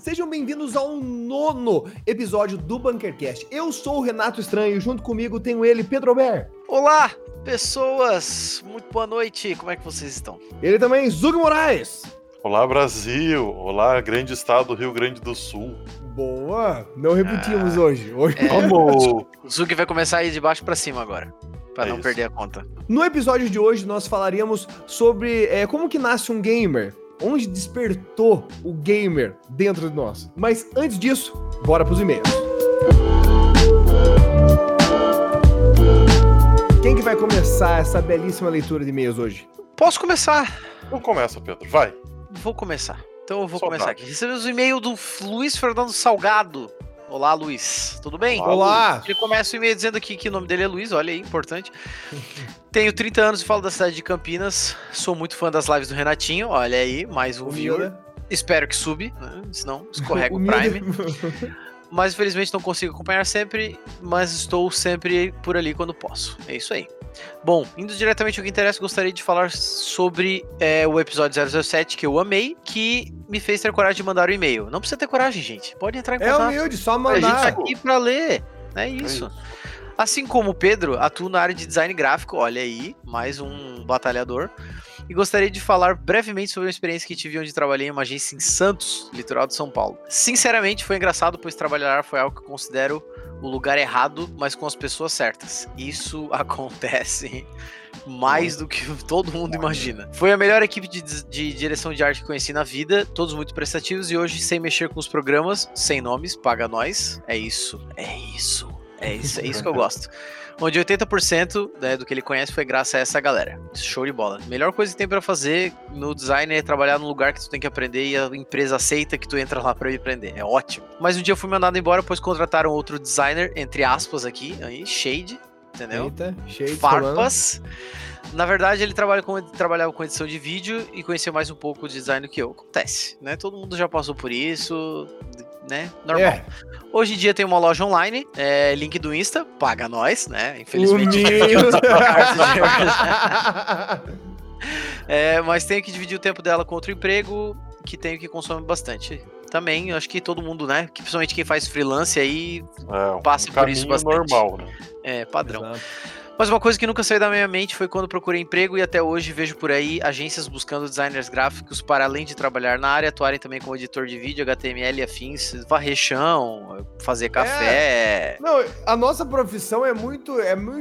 Sejam bem-vindos ao 9º episódio do Bunkercast. Eu sou o Renato Estranho, junto comigo tenho ele, Pedro Albert. Olá, pessoas! Muito boa noite, como é que vocês estão? Ele também, Zug Moraes. Olá, Brasil! Olá, grande estado do Rio Grande do Sul. Boa! Não repetimos hoje. Vamos! O Zug vai começar a ir de baixo pra cima agora, pra não perder a conta. No episódio de hoje, nós falaríamos sobre como que nasce um gamer, onde despertou o gamer dentro de nós. Mas antes disso, bora pros e-mails. Quem que vai começar essa belíssima leitura de e-mails hoje? Posso começar? Então começa, Pedro, vai. Vou começar. Então eu vou começar aqui. Recebemos o e-mail do Luiz Fernando Salgado. Olá, Luiz. Tudo bem? Olá! Ele começa o e-mail dizendo aqui que o nome dele é Luiz, olha aí, importante. Tenho 30 anos e falo da cidade de Campinas. Sou muito fã das lives do Renatinho, olha aí, mais um viewer. Espero que sube, né? Senão escorrega o Prime. Mas infelizmente não consigo acompanhar sempre, mas estou sempre por ali quando posso. É isso aí. Bom, indo diretamente ao que interessa, gostaria de falar sobre o episódio 007 que eu amei, que me fez ter coragem de mandar o e-mail. Não precisa ter coragem, gente. Pode entrar em contato. É humilde, só mandar. A gente tá aqui pra ler. É isso. Assim como o Pedro, atuo na área de design gráfico. Olha aí, mais um batalhador. E gostaria de falar brevemente sobre uma experiência que tive onde trabalhei em uma agência em Santos, litoral de São Paulo. Sinceramente, foi engraçado, pois trabalhar foi algo que eu considero o lugar errado, mas com as pessoas certas. Isso acontece mais do que todo mundo imagina. Foi a melhor equipe de direção de arte que conheci na vida, todos muito prestativos, e hoje, sem mexer com os programas, sem nomes, paga nós. É isso que eu gosto. Onde 80% do que ele conhece foi graças a essa galera. Show de bola. Melhor coisa que tem pra fazer no design é trabalhar num lugar que tu tem que aprender e a empresa aceita que tu entra lá pra aprender. É ótimo. Mas um dia eu fui mandado embora, pois contrataram outro designer, entre aspas aqui, aí, Shade, entendeu? Eita, Shade. Farpas. Na verdade, ele trabalhava com edição de vídeo e conhecia mais um pouco de design do que eu. Acontece, né? Todo mundo já passou por isso, né? Normal. Hoje em dia tem uma loja online, link do Insta, paga nós, né? Infelizmente. Mas tenho que dividir o tempo dela com outro emprego, que tenho que consome bastante. Também, acho que todo mundo, né? Principalmente quem faz freelance aí, passa por isso bastante. Normal, né? É, padrão. Exato. Mas uma coisa que nunca saiu da minha mente foi quando procurei emprego e até hoje vejo por aí agências buscando designers gráficos para, além de trabalhar na área, atuarem também como editor de vídeo, HTML e afins, varrer chão, fazer café. Não, a nossa profissão é muito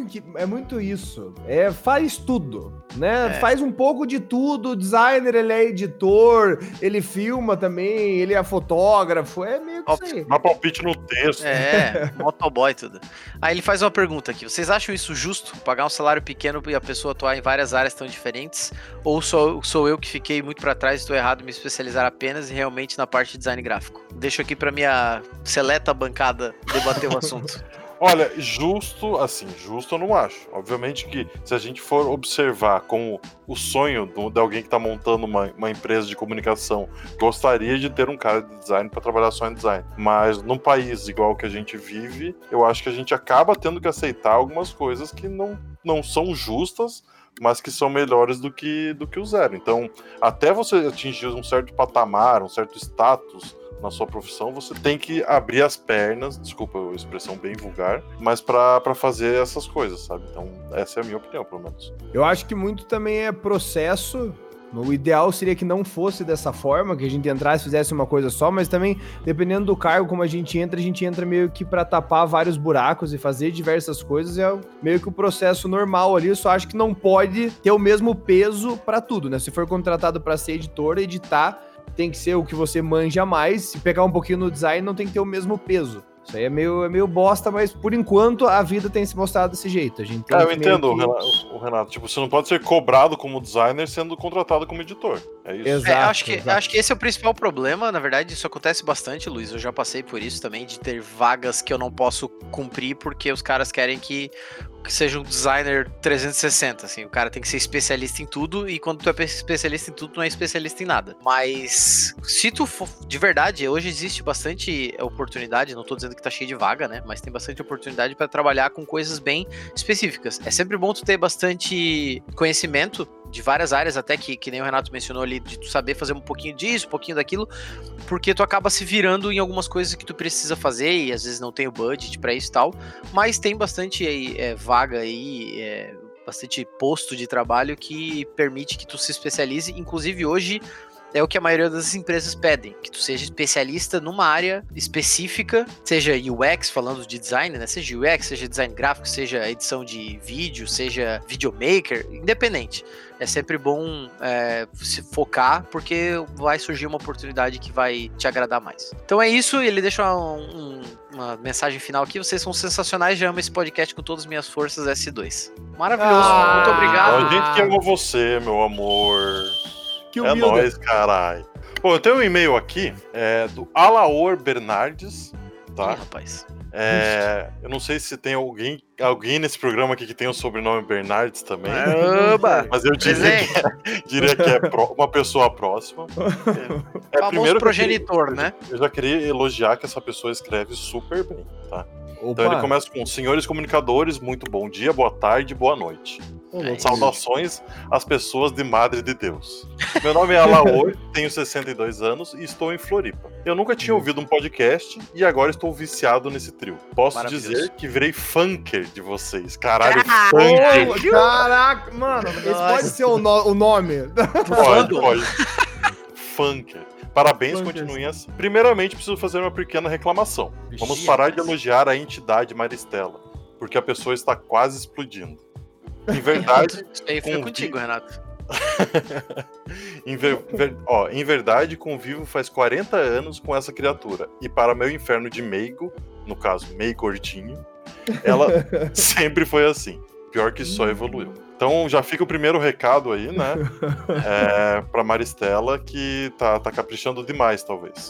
isso. Faz tudo, né? Faz um pouco de tudo. O designer, ele é editor, ele filma também, ele é fotógrafo, é meio que isso aí. Dá palpite no texto. Motoboy, tudo. Aí ele faz uma pergunta aqui. Vocês acham isso justo? Pagar um salário pequeno e a pessoa atuar em várias áreas tão diferentes? Ou sou eu que fiquei muito pra trás e estou errado em me especializar apenas e realmente na parte de design gráfico? Deixo aqui pra minha seleta bancada debater o assunto. Olha, justo eu não acho. Obviamente que se a gente for observar como o sonho de alguém que está montando uma empresa de comunicação gostaria de ter um cara de design para trabalhar só em design. Mas num país igual que a gente vive, eu acho que a gente acaba tendo que aceitar algumas coisas que não são justas, mas que são melhores do que o zero. Então, até você atingir um certo patamar, um certo status na sua profissão, você tem que abrir as pernas, desculpa a expressão bem vulgar, mas pra fazer essas coisas, sabe? Então, essa é a minha opinião, pelo menos. Eu acho que muito também é processo. O ideal seria que não fosse dessa forma, que a gente entrasse e fizesse uma coisa só, mas também, dependendo do cargo como a gente entra meio que pra tapar vários buracos e fazer diversas coisas, é meio que o processo normal ali. Eu só acho que não pode ter o mesmo peso pra tudo, né? Se for contratado pra ser editor, editar tem que ser o que você manja mais. Se pegar um pouquinho no design, não tem que ter o mesmo peso. Isso aí é meio bosta, mas por enquanto a vida tem se mostrado desse jeito. A gente tem eu entendo, o Renato. Tipo, você não pode ser cobrado como designer sendo contratado como editor. É isso. Exato, acho que esse é o principal problema. Na verdade, isso acontece bastante, Luiz. Eu já passei por isso também, de ter vagas que eu não posso cumprir porque os caras querem que seja um designer 360, assim, o cara tem que ser especialista em tudo, e quando tu é especialista em tudo, tu não é especialista em nada. Mas se tu for, de verdade, hoje existe bastante oportunidade, não tô dizendo que tá cheio de vaga, né, mas tem bastante oportunidade para trabalhar com coisas bem específicas. É sempre bom tu ter bastante conhecimento de várias áreas, até que nem o Renato mencionou ali, de tu saber fazer um pouquinho disso, um pouquinho daquilo, porque tu acaba se virando em algumas coisas que tu precisa fazer e às vezes não tem o budget pra isso e tal, mas tem bastante vaga aí, bastante posto de trabalho que permite que tu se especialize, inclusive hoje é o que a maioria das empresas pedem, que tu seja especialista numa área específica, seja UX, falando de design, né? Seja UX, seja design gráfico, seja edição de vídeo, seja videomaker, independente. É sempre bom se focar, porque vai surgir uma oportunidade que vai te agradar mais. Então é isso, ele deixa uma mensagem final aqui. Vocês são sensacionais, já amo esse podcast com todas as minhas forças S2. Maravilhoso, muito obrigado. A gente que ama você, meu amor. Que é nóis, caralho. Bom, eu tenho um e-mail aqui, do Alaor Bernardes, tá? Ih, rapaz. Eu não sei se tem alguém nesse programa aqui que tem o sobrenome Bernardes também. Oba! Mas eu diria que é uma pessoa próxima. Famoso progenitor, né? Eu já queria elogiar que essa pessoa escreve super bem, tá? Opa. Então ele começa com: senhores comunicadores, muito bom dia, boa tarde, boa noite. Saudações às pessoas de Madre de Deus. Meu nome é Alaor, tenho 62 anos e estou em Floripa. Eu nunca tinha ouvido um podcast e agora estou viciado nesse trio. Posso dizer que virei funker de vocês. Caralho, funker. Caraca, mano, esse pode ser o nome. Pode. Funker. Parabéns, continuem assim. Primeiramente, preciso fazer uma pequena reclamação. Vamos parar de elogiar a entidade Maristela, porque a pessoa está quase explodindo. Em verdade... Isso aí foi contigo, Renato. Em verdade, convivo faz 40 anos com essa criatura. E para meu inferno de meigo, no caso, meio gordinho, ela sempre foi assim. Pior que só evoluiu. Então já fica o primeiro recado aí, né? Pra Maristela, que tá caprichando demais, talvez.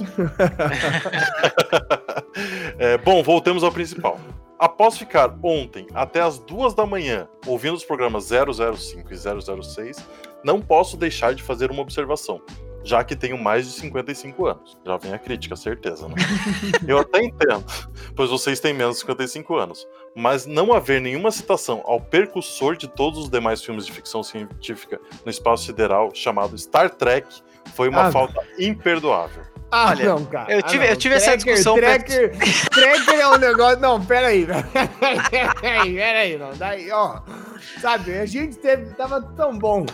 Bom, voltemos ao principal. Após ficar ontem até as 2 da manhã ouvindo os programas 005 e 006, não posso deixar de fazer uma observação, já que tenho mais de 55 anos. Já vem a crítica, certeza, né? Eu até entendo, pois vocês têm menos de 55 anos, mas não haver nenhuma citação ao percussor de todos os demais filmes de ficção científica no espaço sideral, chamado Star Trek, foi uma falta imperdoável. Olha, não, cara. Eu tive essa discussão. Tracker é um negócio... Não, peraí. Peraí. Não, daí, ó. Sabe, a gente tava tão bom.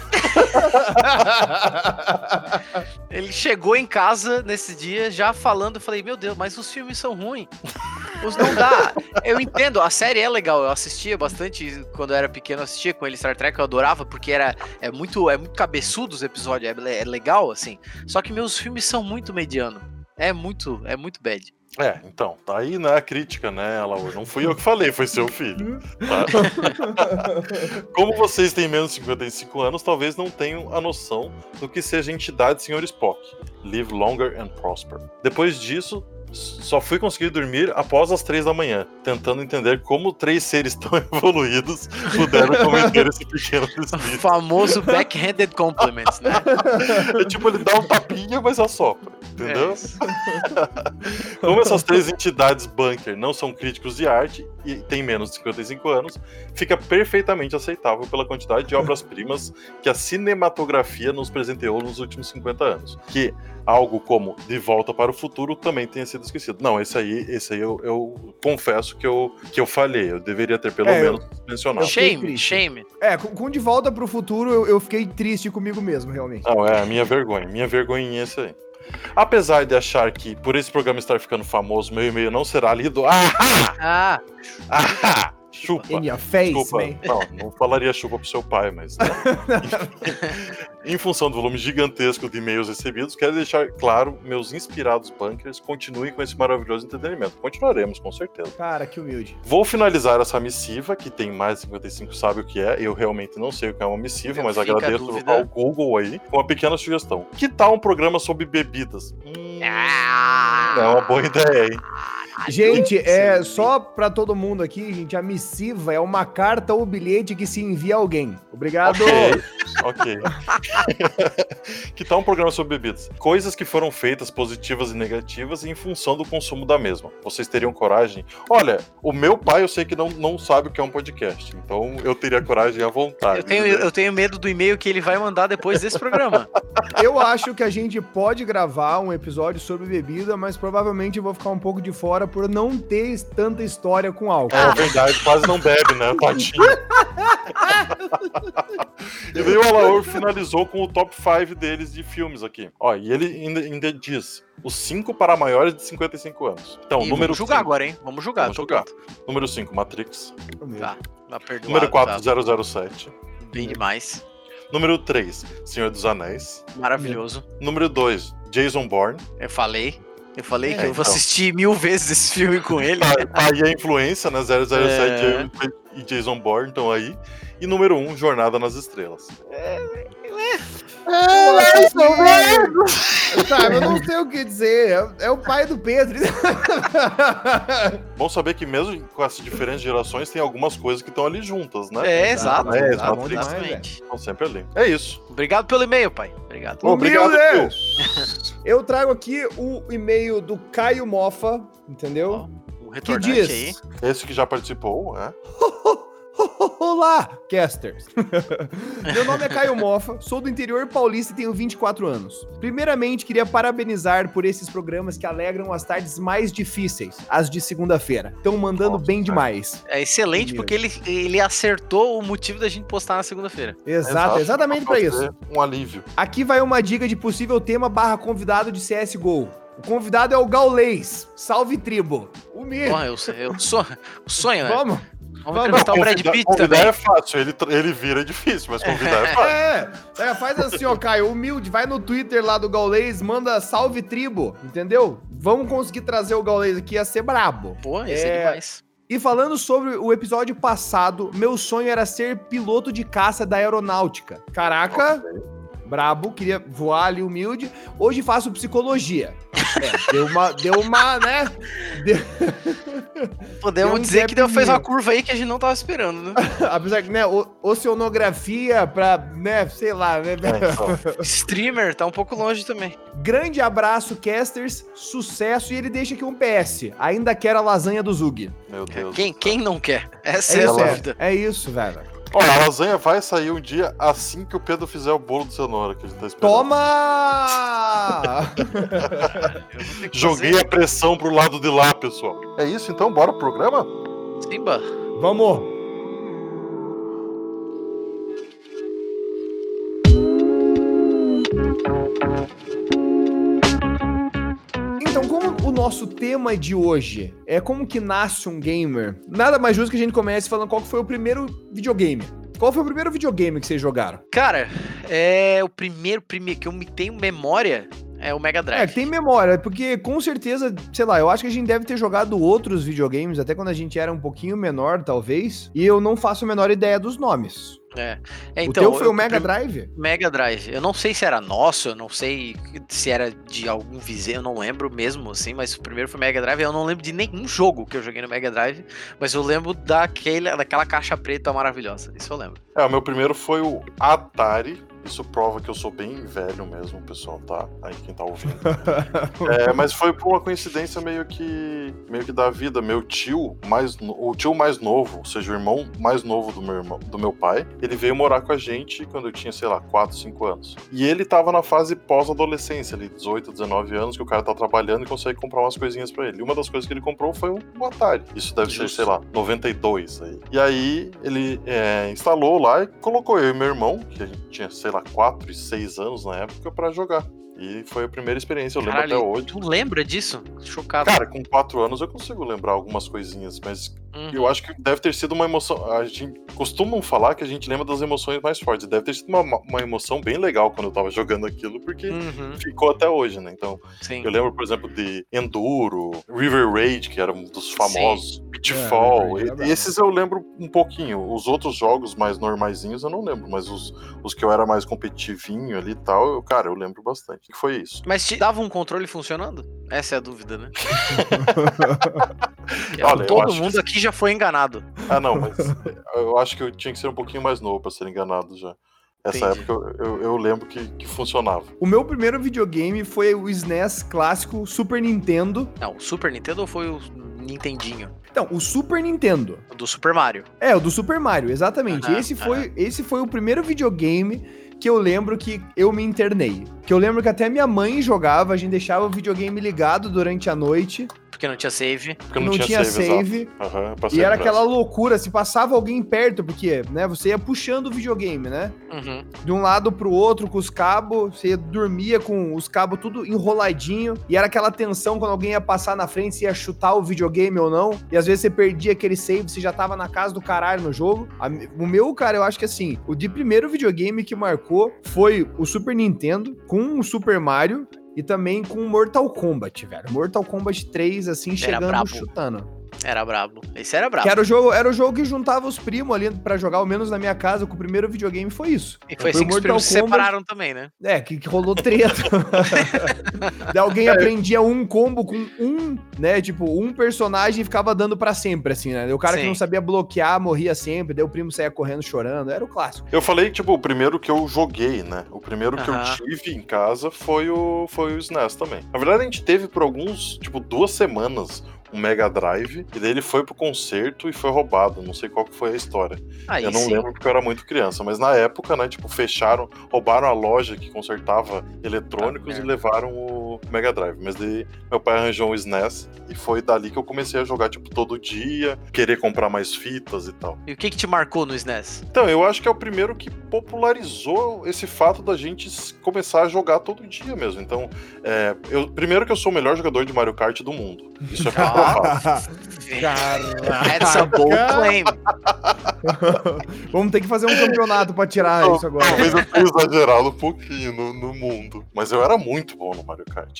Ele chegou em casa nesse dia já falando, eu falei, meu Deus, mas os filmes são ruins. Não dá. Eu entendo, a série é legal, eu assistia bastante quando eu era pequeno, eu assistia com ele Star Trek, eu adorava, porque é muito cabeçudo os episódios, é legal, assim. Só que meus filmes são muito mediano. É muito bad. Então, tá aí, né, a crítica, né, Laura? Não fui eu que falei, foi seu filho. Tá? Como vocês têm menos de 55 anos, talvez não tenham a noção do que seja a entidade Sr. Spock. Live longer and prosper. Depois disso, só fui conseguir dormir após as 3 da manhã, tentando entender como 3 seres tão evoluídos puderam cometer esse pequeno deslize. O famoso backhanded compliments, né? Tipo, ele dá um tapinha, mas assopra, entendeu? Como essas 3 entidades bunker não são críticos de arte e têm menos de 55 anos, fica perfeitamente aceitável pela quantidade de obras-primas que a cinematografia nos presenteou nos últimos 50 anos. Que algo como De Volta para o Futuro também tenha sido esquecido. Não, esse aí eu confesso que eu falhei. Eu deveria ter pelo menos mencionado. Shame. Com De Volta para o Futuro, eu fiquei triste comigo mesmo, realmente. Não, a minha vergonha. Minha vergonhinha é essa aí. Apesar de achar que, por esse programa estar ficando famoso, meu e-mail não será lido... Chupa. In your face, chupa. Man. Não falaria chupa pro seu pai, mas... Em função do volume gigantesco de e-mails recebidos, quero deixar claro, meus inspirados bunkers continuem com esse maravilhoso entretenimento. Continuaremos, com certeza. Cara, que humilde. Vou finalizar essa missiva, que tem mais de 55, sabe o que é. Eu realmente não sei o que é uma missiva, mas agradeço ao Google aí, com uma pequena sugestão. Que tal um programa sobre bebidas? É uma boa ideia, hein? Gente, só pra todo mundo aqui, gente, a missiva é uma carta ou bilhete que se envia a alguém. Obrigado. Ok. Que tal um programa sobre bebidas? Coisas que foram feitas, positivas e negativas, em função do consumo da mesma. Vocês teriam coragem? Olha, o meu pai eu sei que não sabe o que é um podcast, então eu teria coragem à vontade. Eu tenho medo do e-mail que ele vai mandar depois desse programa. Eu acho que a gente pode gravar um episódio sobre bebida, mas provavelmente eu vou ficar um pouco de fora por não ter tanta história com álcool. É verdade, quase não bebe, né, tadinho? E daí o Alaor finalizou com o top 5 deles de filmes aqui. Ó, e ele ainda diz: os 5 para maiores de 55 anos. Então, número vamos julgar 5. agora, hein? Vamos julgar. Número 5, Matrix. Tá perdoado. Número 4, tá. 007. Bem demais. Número 3, Senhor dos Anéis. Maravilhoso. Número 2, Jason Bourne. Eu falei que eu vou assistir 1000 vezes esse filme com ele. Tá aí a influência, né? 007 e Jason Bourne estão aí. E número 1, Jornada nas Estrelas. Sabe, eu não sei o que dizer. É o pai do Pedro. Bom saber que mesmo com essa diferença de gerações, tem algumas coisas que estão ali juntas, né? Exato. Exatamente. Estão sempre ali. É isso. Obrigado pelo e-mail, pai. Obrigado. Obrigado, Phil. Eu trago aqui o e-mail do Caio Moffa, entendeu? O Que retornante diz... aí. Esse que já participou, né? Olá, casters! Meu nome é Caio Moffa, sou do interior paulista e tenho 24 anos. Primeiramente, queria parabenizar por esses programas que alegram as tardes mais difíceis, as de segunda-feira. Estão mandando bem demais. É excelente porque ele acertou o motivo da gente postar na segunda-feira. Exatamente pra isso. Um alívio. Aqui vai uma dica de possível tema / convidado de CSGO. O convidado é o Gaulês. Salve, tribo. Humilde. O sonho, né? Vamos. Vamos entrevistar o Brad Pitt convidar também. é fácil, ele vira difícil, mas convidar é fácil. Faz assim, ó, Caio, humilde, vai no Twitter lá do Gaulês, manda salve tribo, entendeu? Vamos conseguir trazer o Gaulês aqui, ia ser brabo. Pô, ia ser demais. E falando sobre o episódio passado, meu sonho era ser piloto de caça da aeronáutica. Caraca, brabo, queria voar ali humilde. Hoje faço psicologia. Deu uma, né? Podemos dizer que fez uma curva aí que a gente não tava esperando, né? Apesar que, né, oceanografia pra, né, sei lá, né? Streamer tá um pouco longe também. Grande abraço, casters, sucesso. E ele deixa aqui um PS. Ainda quero a lasanha do Zug. Meu Deus. Quem não quer? Essa é a dúvida. É isso, velho. Olha, a lasanha vai sair um dia assim que o Pedro fizer o bolo de cenoura que a gente tá esperando. Toma! Joguei a pressão pro lado de lá, pessoal. É isso, então? Bora pro programa? Simba. Vamos! Então, como o nosso tema de hoje é como que nasce um gamer, nada mais justo que a gente comece falando qual que foi o primeiro videogame. Qual foi o primeiro videogame que vocês jogaram? Cara, o primeiro que eu me tenho memória é o Mega Drive. Tem memória, porque com certeza, sei lá, eu acho que a gente deve ter jogado outros videogames, até quando a gente era um pouquinho menor, talvez, e eu não faço a menor ideia dos nomes. Então, o teu foi o Mega Drive? Mega Drive. Eu não sei se era nosso, eu não sei se era de algum vizinho, eu não lembro mesmo, assim, mas o primeiro foi Mega Drive. Eu não lembro de nenhum jogo que eu joguei no Mega Drive, mas eu lembro daquela caixa preta maravilhosa. Isso eu lembro. O meu primeiro foi o Atari. Isso prova que eu sou bem velho mesmo, pessoal, tá? Aí quem tá ouvindo. Mas foi por uma coincidência meio que da vida. Meu tio, o tio mais novo, ou seja, o irmão mais novo do meu pai, ele veio morar com a gente quando eu tinha, sei lá, 4, 5 anos. E ele tava na fase pós-adolescência, ali, 18, 19 anos, que o cara tá trabalhando e consegue comprar umas coisinhas pra ele. E uma das coisas que ele comprou foi um Atari. Isso deve ser, sei lá, 92 aí. E aí ele instalou lá e colocou eu e meu irmão, que a gente tinha, sei lá, 4 e 6 anos na época, pra jogar. E foi a primeira experiência, eu lembro até hoje. Tu lembra disso? Chocado. Cara, com 4 anos eu consigo lembrar algumas coisinhas, mas Eu acho que deve ter sido uma emoção. A gente costumam falar que a gente lembra das emoções mais fortes. Deve ter sido uma emoção bem legal quando eu tava jogando aquilo, porque ficou até hoje, né? Então, eu lembro, por exemplo, de Enduro, River Raid, que era um dos famosos, Pitfall. Esses eu lembro um pouquinho. Os outros jogos mais normaizinhos eu não lembro, mas os que eu era mais competitivinho ali e tal, eu lembro bastante. O que foi isso? Mas te dava um controle funcionando? Essa é a dúvida, né? Olha, todo mundo aqui já foi enganado. Ah, não, mas eu acho que eu tinha que ser um pouquinho mais novo pra ser enganado já. Essa época eu lembro que funcionava. O meu primeiro videogame foi o SNES clássico Super Nintendo. Não, o Super Nintendo ou foi o Nintendinho? Então, o Super Nintendo. Do Super Mario. O do Super Mario, exatamente. Esse foi o primeiro videogame que eu lembro que eu me internei. Que eu lembro que até minha mãe jogava, a gente deixava o videogame ligado durante a noite. Porque não tinha save. Porque não tinha save. E era aquela loucura, se passava alguém perto, porque, né, você ia puxando o videogame, né? De um lado pro outro com os cabos, você dormia com os cabos tudo enroladinho, e era aquela tensão quando alguém ia passar na frente, se ia chutar o videogame ou não, e às vezes você perdia aquele save, você já tava na casa do caralho no jogo. O meu, cara, eu acho que assim, o de primeiro videogame que marcou foi o Super Nintendo, com o Super Mario, e também com Mortal Kombat, velho. Mortal Kombat 3, assim, chegando, chutando. Era brabo. Esse era brabo. Que era o jogo que juntava os primos ali pra jogar, ao menos na minha casa, com o primeiro videogame foi isso. E foi assim que os primos se separaram também, né? Que rolou treta. Daí alguém aprendia um combo com né, tipo, um personagem e ficava dando pra sempre, assim, né? O cara que não sabia bloquear morria sempre, daí o primo saía correndo chorando, era o clássico. Eu falei, tipo, o primeiro que eu joguei, né? O primeiro que eu tive em casa foi o SNES também. Na verdade, a gente teve por alguns, tipo, 2 semanas um Mega Drive, e daí ele foi pro concerto e foi roubado. Não sei qual que foi a história. Eu não lembro porque eu era muito criança, mas na época, né, tipo, roubaram a loja que consertava eletrônicos e levaram o Mega Drive. Mas daí meu pai arranjou um SNES e foi dali que eu comecei a jogar, tipo, todo dia, querer comprar mais fitas e tal. E o que te marcou no SNES? Então, eu acho que é o primeiro que popularizou esse fato da gente começar a jogar todo dia mesmo. Então, primeiro que eu sou o melhor jogador de Mario Kart do mundo. Isso é comprovado. That's a bold claim. Vamos ter que fazer um campeonato pra tirar isso agora. Talvez eu tenha exagerado um pouquinho no mundo. Mas eu era muito bom no Mario Kart.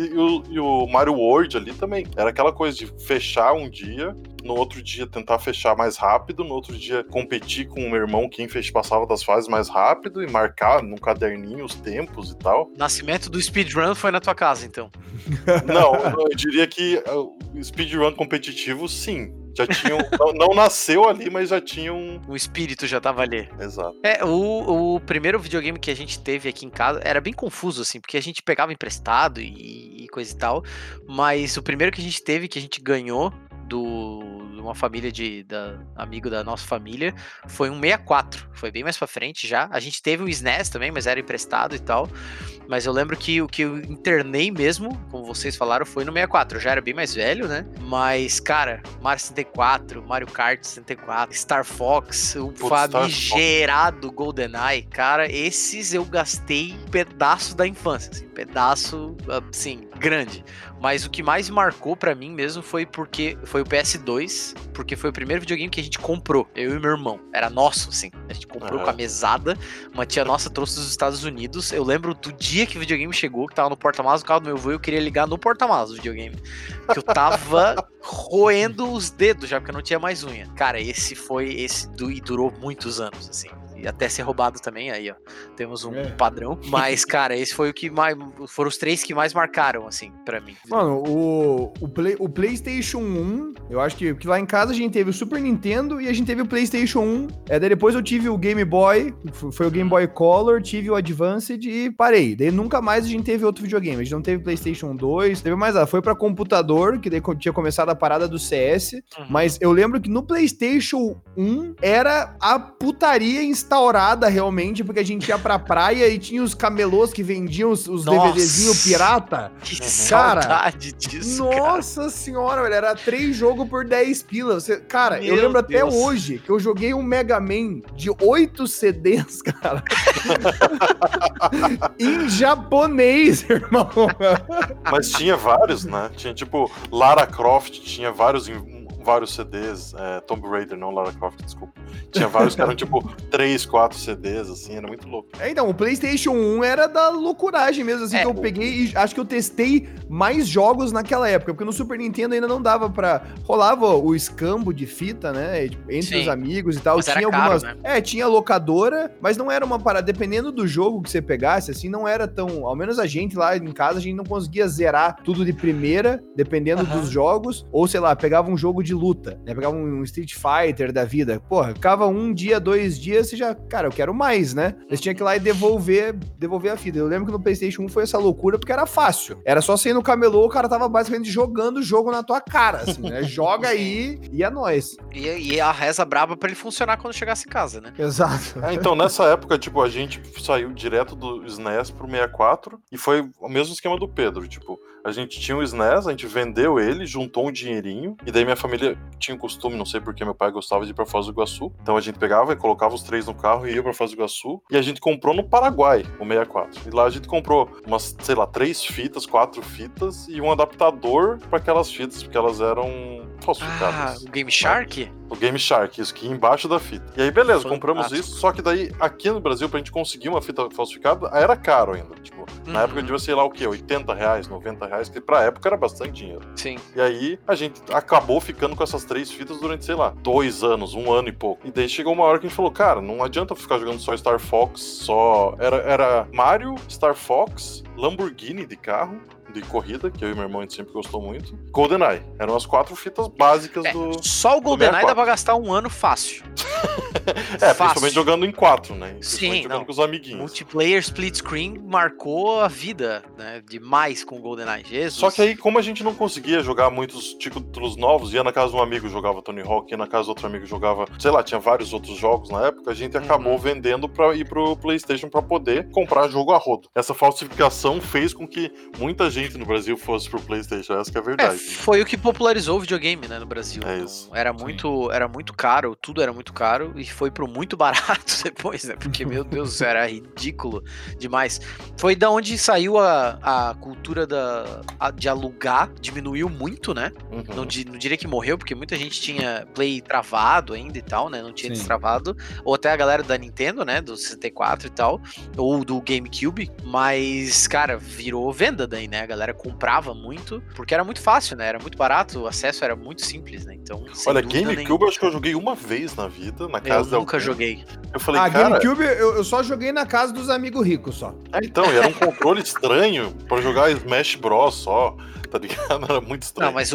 E o Mario World ali também. Era aquela coisa de fechar um dia, no outro dia tentar fechar mais rápido, no outro dia competir com o meu irmão, quem passava das fases mais rápido, e marcar num caderninho os tempos e tal. Nascimento do speedrun foi na tua casa, então? Não, eu diria que o speedrun competitivo, sim. Já tinham. não nasceu ali, mas já tinham. O espírito já tava ali. Exato. O primeiro videogame que a gente teve aqui em casa era bem confuso, assim, porque a gente pegava emprestado e coisa e tal. Mas o primeiro que a gente teve, que a gente ganhou de uma família amigo da nossa família, foi um 64. Foi bem mais pra frente já. A gente teve um SNES também, mas era emprestado e tal. Mas eu lembro que o que eu internei mesmo, como vocês falaram, foi no 64. Eu já era bem mais velho, né? Mas, cara, Mario 64, Mario Kart 64, Star Fox, o famigerado GoldenEye, cara, esses eu gastei um pedaço da infância, assim, pedaço, assim, grande. Mas o que mais marcou pra mim mesmo foi o PS2, porque foi o primeiro videogame que a gente comprou, eu e meu irmão. Era nosso, assim. A gente comprou com a mesada, uma tia nossa trouxe dos Estados Unidos. Eu lembro do dia que o videogame chegou, que tava no porta-malas do carro do meu avô, eu queria ligar no porta-malas do videogame. Que eu tava roendo os dedos já, porque eu não tinha mais unha. Cara, e durou muitos anos, assim. E até ser roubado também, aí, ó. Temos um padrão. Mas, cara, esse foi o que mais. Foram os 3 que mais marcaram, assim, pra mim. Mano, o PlayStation 1, eu acho que lá em casa a gente teve o Super Nintendo e a gente teve o PlayStation 1. Daí depois eu tive o Game Boy, foi o Game Boy Color, tive o Advanced e parei. Daí nunca mais a gente teve outro videogame. A gente não teve PlayStation 2, teve mais nada. Foi pra computador, que daí tinha começado a parada do CS. Mas eu lembro que no PlayStation 1 era a putaria instaurada realmente, porque a gente ia pra praia e tinha os camelôs que vendiam os DVDzinhos pirata. Que saudade disso, nossa senhora, velho, era 3 jogos por 10 pilas. Cara, eu lembro até hoje que eu joguei um Mega Man de 8 CDs, cara. Em japonês, irmão. Mas tinha vários, né? Tinha tipo Lara Croft, tinha vários vários CDs, Tomb Raider, não Lara Croft, desculpa. Tinha vários que eram tipo 3, 4 CDs, assim, era muito louco. Então, o PlayStation 1 era da loucuragem mesmo, assim, que eu peguei e acho que eu testei mais jogos naquela época, porque no Super Nintendo ainda não dava pra... Rolava o escambo de fita, né, entre os amigos e tal. Mas tinha era algumas... caro, né? Tinha locadora, mas não era uma parada, dependendo do jogo que você pegasse, assim, não era tão... Ao menos a gente lá em casa, a gente não conseguia zerar tudo de primeira, dependendo dos jogos, ou sei lá, pegava um jogo de luta, né, pegava um Street Fighter da vida, porra, ficava 1 dia, 2 dias, você já, cara, eu quero mais, né? Você tinha que ir lá e devolver a fita. Eu lembro que no PlayStation 1 foi essa loucura, porque era fácil. Era só você ir no camelô, o cara tava basicamente jogando o jogo na tua cara, assim, né? Joga aí e é nóis. E a reza braba pra ele funcionar quando chegasse em casa, né? Exato. Então, nessa época, tipo, a gente saiu direto do SNES pro 64 e foi o mesmo esquema do Pedro, tipo, a gente tinha o SNES, a gente vendeu ele, juntou um dinheirinho, e daí minha família tinha o costume, não sei porque meu pai gostava de ir pra Foz do Iguaçu, então a gente pegava e colocava os 3 no carro e ia pra Foz do Iguaçu, e a gente comprou no Paraguai, o 64. E lá a gente comprou umas, sei lá, 3 fitas, 4 fitas e um adaptador pra aquelas fitas, porque elas eram falsificadas. O Game Shark? O Game Shark, isso que ia embaixo da fita. E aí, beleza, compramos isso, só que daí, aqui no Brasil, pra gente conseguir uma fita falsificada, era caro ainda. Tipo, na época devia, sei lá o quê, R$80, R$90, que pra época era bastante dinheiro. Sim. E aí, a gente acabou ficando com essas 3 fitas durante, sei lá, 2 anos, 1 ano e pouco. E daí chegou uma hora que a gente falou, cara, não adianta ficar jogando só Star Fox, só... Era Mario, Star Fox, Lamborghini de carro, de corrida, que eu e meu irmão a gente sempre gostou muito. GoldenEye. Eram as 4 fitas básicas do... Só o GoldenEye dá pra gastar 1 ano fácil. Principalmente jogando em 4, né? Sim, jogando com os amiguinhos. Multiplayer split screen marcou a vida, né? Demais com o GoldenEye. Jesus. Só que aí, como a gente não conseguia jogar muitos títulos novos, ia na casa de um amigo jogava Tony Hawk, ia na casa do outro amigo jogava, sei lá, tinha vários outros jogos na época, a gente acabou vendendo pra ir pro PlayStation pra poder comprar jogo a rodo. Essa falsificação fez com que muita gente no Brasil fosse pro PlayStation, essa que é a verdade. Foi o que popularizou o videogame, né, no Brasil. É então, isso. era muito caro, tudo era muito caro e foi pro muito barato depois, né? Porque, meu Deus, era ridículo demais. Foi da onde saiu a cultura de alugar, diminuiu muito, né? Não diria que morreu, porque muita gente tinha Play travado ainda e tal, né? Não tinha destravado. Ou até a galera da Nintendo, né? Do 64 e tal. Ou do GameCube. Mas, cara, virou venda daí, né? A galera comprava muito, porque era muito fácil, né? Era muito barato, o acesso era muito simples, né? Então, olha, GameCube eu acho que eu joguei uma vez na vida, na casa eu nunca joguei. Eu falei, cara... GameCube eu só joguei na casa dos amigos ricos, só. Então, e era um controle estranho pra jogar Smash Bros só, tá ligado? Era muito estranho. Não, mas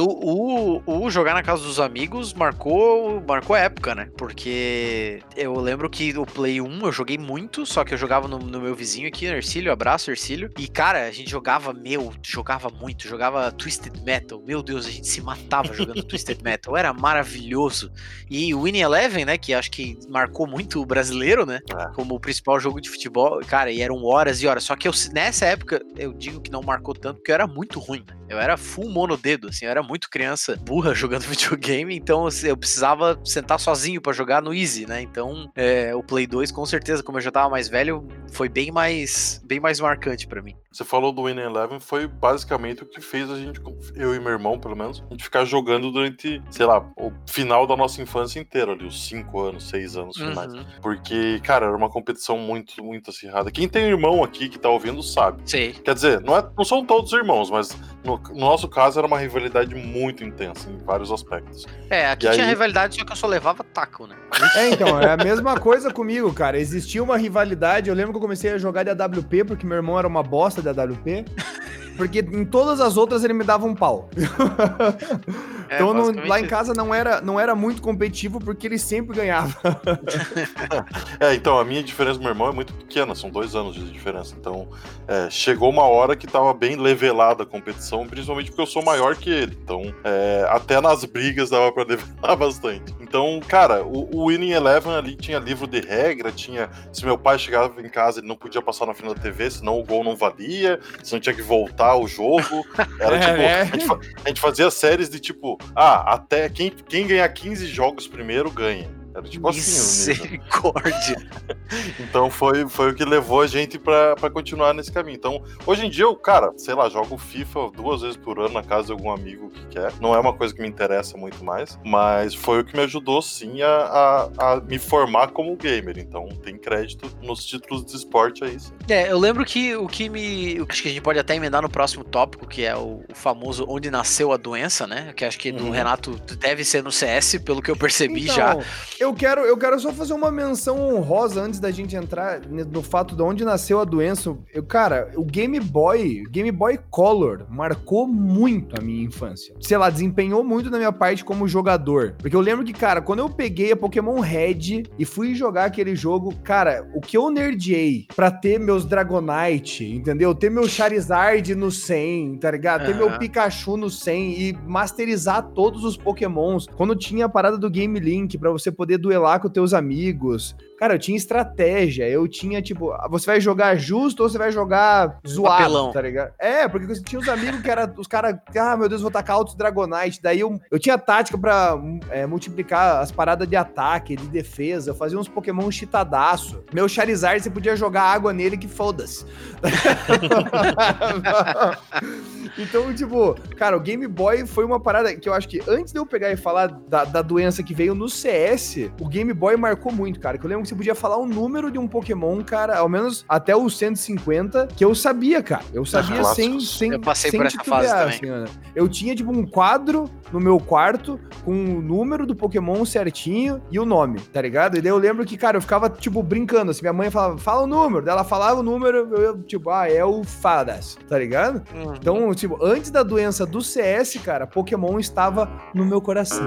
o jogar na casa dos amigos marcou a época, né? Porque eu lembro que o Play 1 eu joguei muito, só que eu jogava no meu vizinho aqui, Ercílio, abraço, Ercílio. E, cara, a gente jogava muito, jogava Twisted Metal. Meu Deus, a gente se matava jogando Twisted Metal. Era maravilhoso. E o Winning Eleven, né, que acho que marcou muito o brasileiro, né, como o principal jogo de futebol, cara, e eram horas e horas. Só que nessa época, eu digo que não marcou tanto, porque eu era muito ruim, né? Eu era full monodedo, assim, eu era muito criança burra jogando videogame, então eu precisava sentar sozinho pra jogar no easy, né? Então, o Play 2, com certeza, como eu já tava mais velho, foi bem mais marcante pra mim. Você falou do Winning Eleven, foi basicamente o que fez a gente, eu e meu irmão, pelo menos, a gente ficar jogando durante, sei lá, o final da nossa infância inteira ali, os 5 anos, 6 anos finais. Porque, cara, era uma competição muito, muito acirrada. Quem tem irmão aqui que tá ouvindo sabe. Sim. Quer dizer, não são todos irmãos, mas no nosso caso era uma rivalidade muito intensa em vários aspectos. Aqui tinha rivalidade, só que eu só levava taco, né? Então, é a mesma coisa comigo, cara. Existia uma rivalidade, eu lembro que eu comecei a jogar de AWP, porque meu irmão era uma bosta de AWP. Porque em todas as outras ele me dava um pau. Então lá em casa não era muito competitivo porque ele sempre ganhava. Então a minha diferença do meu irmão é muito pequena, são 2 anos de diferença. Então chegou uma hora que tava bem levelada a competição, principalmente porque eu sou maior que ele. Então até nas brigas dava pra levelar bastante. Então, cara, o Winning Eleven ali tinha livro de regra, se meu pai chegava em casa ele não podia passar na frente da TV, senão o gol não valia, senão tinha que voltar o jogo. Era a gente fazia séries de tipo, até quem ganhar 15 jogos primeiro ganha. Era tipo assim o nível. Misericórdia. Então foi o que levou a gente pra continuar nesse caminho. Então, hoje em dia eu, cara, sei lá, jogo FIFA 2 vezes por ano na casa de algum amigo que quer. Não é uma coisa que me interessa muito mais, mas foi o que me ajudou, sim, a me formar como gamer. Então, tem crédito nos títulos de esporte aí, sim. Eu lembro que acho que a gente pode até emendar no próximo tópico, que é o famoso onde nasceu a doença, né? Que acho que do Renato deve ser no CS, pelo que eu percebi então, já. Eu quero só fazer uma menção honrosa antes da gente entrar no fato de onde nasceu a doença. Cara, o Game Boy Color marcou muito a minha infância. Sei lá, desempenhou muito na minha parte como jogador. Porque eu lembro que, cara, quando eu peguei a Pokémon Red e fui jogar aquele jogo, cara, o que eu nerdiei pra ter meus Dragonite, entendeu? Ter meu Charizard no 100, tá ligado? Ter meu Pikachu no 100 e masterizar todos os Pokémons. Quando tinha a parada do Game Link pra você poder duelar com teus amigos. Cara, eu tinha estratégia, eu tinha, tipo, você vai jogar justo ou você vai jogar zoado, Papelão. tá ligado? Porque você tinha os amigos que eram, os caras, meu Deus, vou tacar outros Dragonite, daí eu tinha tática pra multiplicar as paradas de ataque, de defesa, eu fazia uns Pokémon cheatadaço. Meu Charizard, você podia jogar água nele que foda-se. Então, tipo, cara, o Game Boy foi uma parada que eu acho que antes de eu pegar e falar da doença que veio no CS, o Game Boy marcou muito, cara. Que eu lembro que você podia falar o número de um Pokémon, cara, ao menos até os 150, que eu sabia, cara. Eu sabia sem eu passei por essa titubear, fase também. assim, eu tinha, tipo, um quadro no meu quarto com o número do Pokémon certinho e o nome, tá ligado? E daí eu lembro que, cara, eu ficava, tipo, brincando, assim, minha mãe falava, fala o número, daí ela falava o número, eu tipo, é o Fadas, tá ligado? Então, tipo, antes da doença do CS, cara, Pokémon estava no meu coração.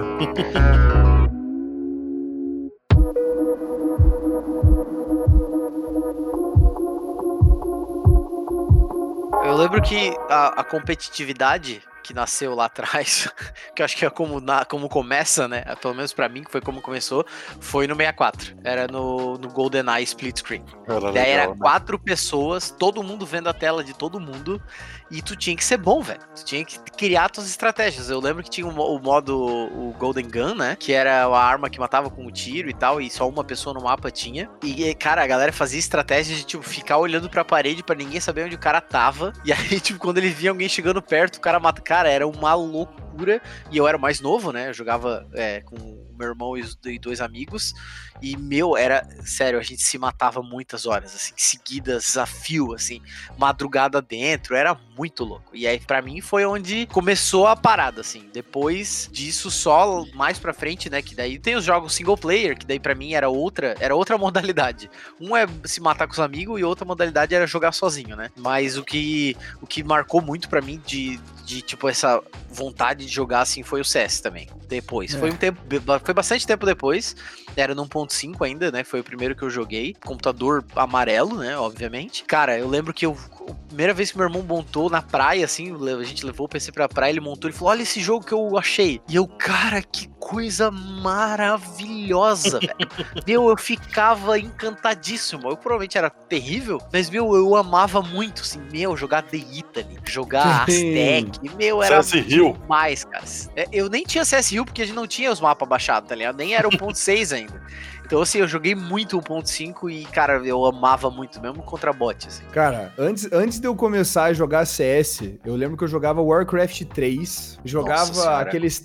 Eu lembro que a competitividade que nasceu lá atrás, que eu acho que é como começa, né? Pelo menos pra mim, que foi como começou, foi no 64. Era no GoldenEye Split Screen. Daí era 4 pessoas, todo mundo vendo a tela de todo mundo, e tu tinha que ser bom, velho. Tu tinha que criar tuas estratégias. Eu lembro que tinha o modo, o Golden Gun, né? Que era a arma que matava com o tiro e tal, e só uma pessoa no mapa tinha. E, cara, a galera fazia estratégia de, tipo, ficar olhando pra parede pra ninguém saber onde o cara tava. E aí, tipo, quando ele via alguém chegando perto, o cara mata. Cara, era uma loucura. E eu era o mais novo, né? Eu jogava com o meu irmão e 2 amigos. E, era sério, a gente se matava muitas horas, assim, seguidas a fio, assim, madrugada dentro, era muito louco. E aí, pra mim, foi onde começou a parada, assim. Depois disso, só mais pra frente, né, que daí tem os jogos single player, que daí pra mim era outra modalidade. Um é se matar com os amigos e outra modalidade era jogar sozinho, né. Mas o que marcou muito pra mim de tipo, essa vontade de jogar, assim, foi o CS também. Depois, foi bastante tempo depois, era no 1.5 ainda, né, foi o primeiro que eu joguei, computador amarelo, né, obviamente. Cara, eu lembro que a primeira vez que meu irmão montou na praia, assim, a gente levou o PC pra praia, ele montou, ele falou, olha esse jogo que eu achei. E eu, cara, que coisa maravilhosa, velho. Eu ficava encantadíssimo. Eu provavelmente era terrível, mas, eu amava muito, assim, jogar The Italy, jogar Aztec, era demais, cara. Eu nem tinha CS Rio porque a gente não tinha os mapas baixados, tá ligado? Nem era 1.6 ainda. Então, assim, eu joguei muito 1.5 e, cara, eu amava muito, mesmo contra bot, assim. Cara, antes de eu começar a jogar CS, eu lembro que eu jogava Warcraft 3, jogava aqueles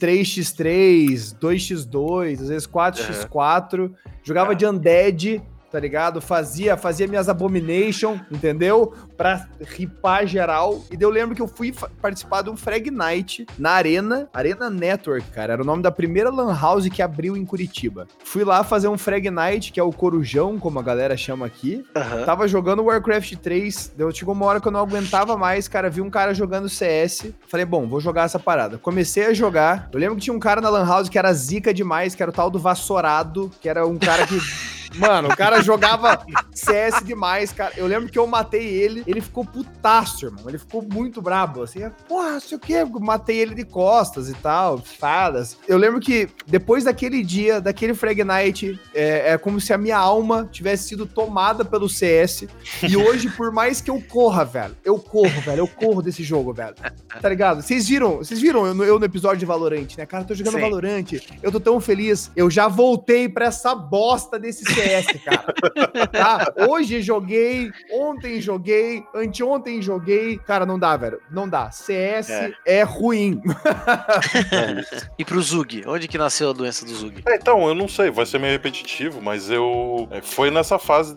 3x3, 2x2, às vezes 4x4, jogava de Undead, tá ligado? Fazia minhas Abomination, entendeu? Pra ripar geral. E daí eu lembro que eu fui participar de um Frag Night na Arena Network, cara. Era o nome da primeira lan house que abriu em Curitiba. Fui lá fazer um Frag Night, que é o Corujão, como a galera chama aqui. Tava jogando Warcraft 3, chegou uma hora que eu não aguentava mais, cara, vi um cara jogando CS. Falei, bom, vou jogar essa parada. Comecei a jogar. Eu lembro que tinha um cara na lan house que era zica demais, que era o tal do Vassourado, que era um cara que Mano, o cara jogava CS demais, cara. Eu lembro que eu matei ele ficou putaço, irmão. Ele ficou muito brabo, assim. Porra, sei o quê, eu matei ele de costas e tal, fadas. Eu lembro que depois daquele dia, daquele Frag Night, é como se a minha alma tivesse sido tomada pelo CS. E hoje, por mais que eu corra, velho, eu corro desse jogo, velho. Tá ligado? Vocês viram eu no episódio de Valorant, né? Cara, eu tô jogando Valorant, eu tô tão feliz. Eu já voltei pra essa bosta desse CS, cara. Tá? Hoje joguei, ontem joguei, anteontem joguei. Cara, não dá, velho. Não dá. CS é ruim. E pro Zug? Onde que nasceu a doença do Zug? Então, eu não sei, vai ser meio repetitivo, mas foi nessa fase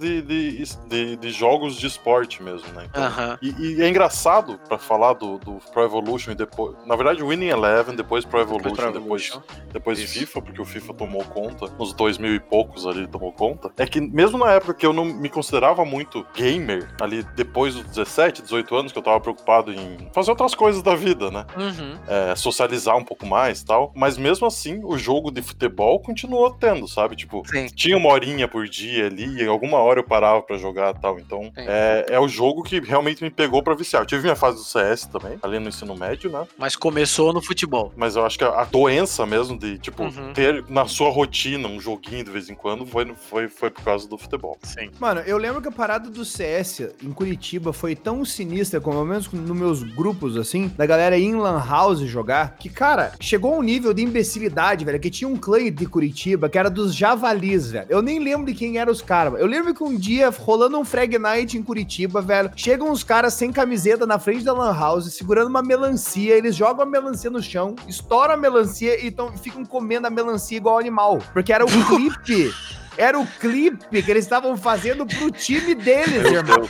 de jogos de esporte mesmo, né? Então, e é engraçado pra falar do Pro Evolution e depois. Na verdade, Winning Eleven, depois Pro Evolution, depois FIFA, porque o FIFA tomou conta, nos 2000 e poucos ali tomou conta. É que mesmo na época que eu não me considerava muito gamer, ali depois dos 17, 18 anos, que eu tava preocupado em fazer outras coisas da vida, né? Socializar um pouco mais e tal. Mas mesmo assim, o jogo de futebol continuou tendo, sabe? Tipo, tinha uma horinha por dia ali, e alguma hora eu parava pra jogar e tal. Então, é o jogo que realmente me pegou pra viciar. Eu tive minha fase do CS também, ali no ensino médio, né? Mas começou no futebol. Mas eu acho que a doença mesmo de, tipo, ter na sua rotina um joguinho de vez em quando foi por causa do futebol. Sim. Mano, eu lembro que a parada do CS em Curitiba foi tão sinistra, como pelo menos nos meus grupos, assim, da galera ir em Lan House jogar, que, cara, chegou a um nível de imbecilidade, velho, que tinha um clã de Curitiba que era dos Javalis, velho. Eu nem lembro de quem eram os caras, eu lembro que um dia, rolando um Frag Night em Curitiba, velho, chegam uns caras sem camiseta na frente da Lan House, segurando uma melancia, eles jogam a melancia no chão, estouram a melancia e ficam comendo a melancia igual animal. Porque era o clipe. Era o clipe que eles estavam fazendo pro time deles, irmão.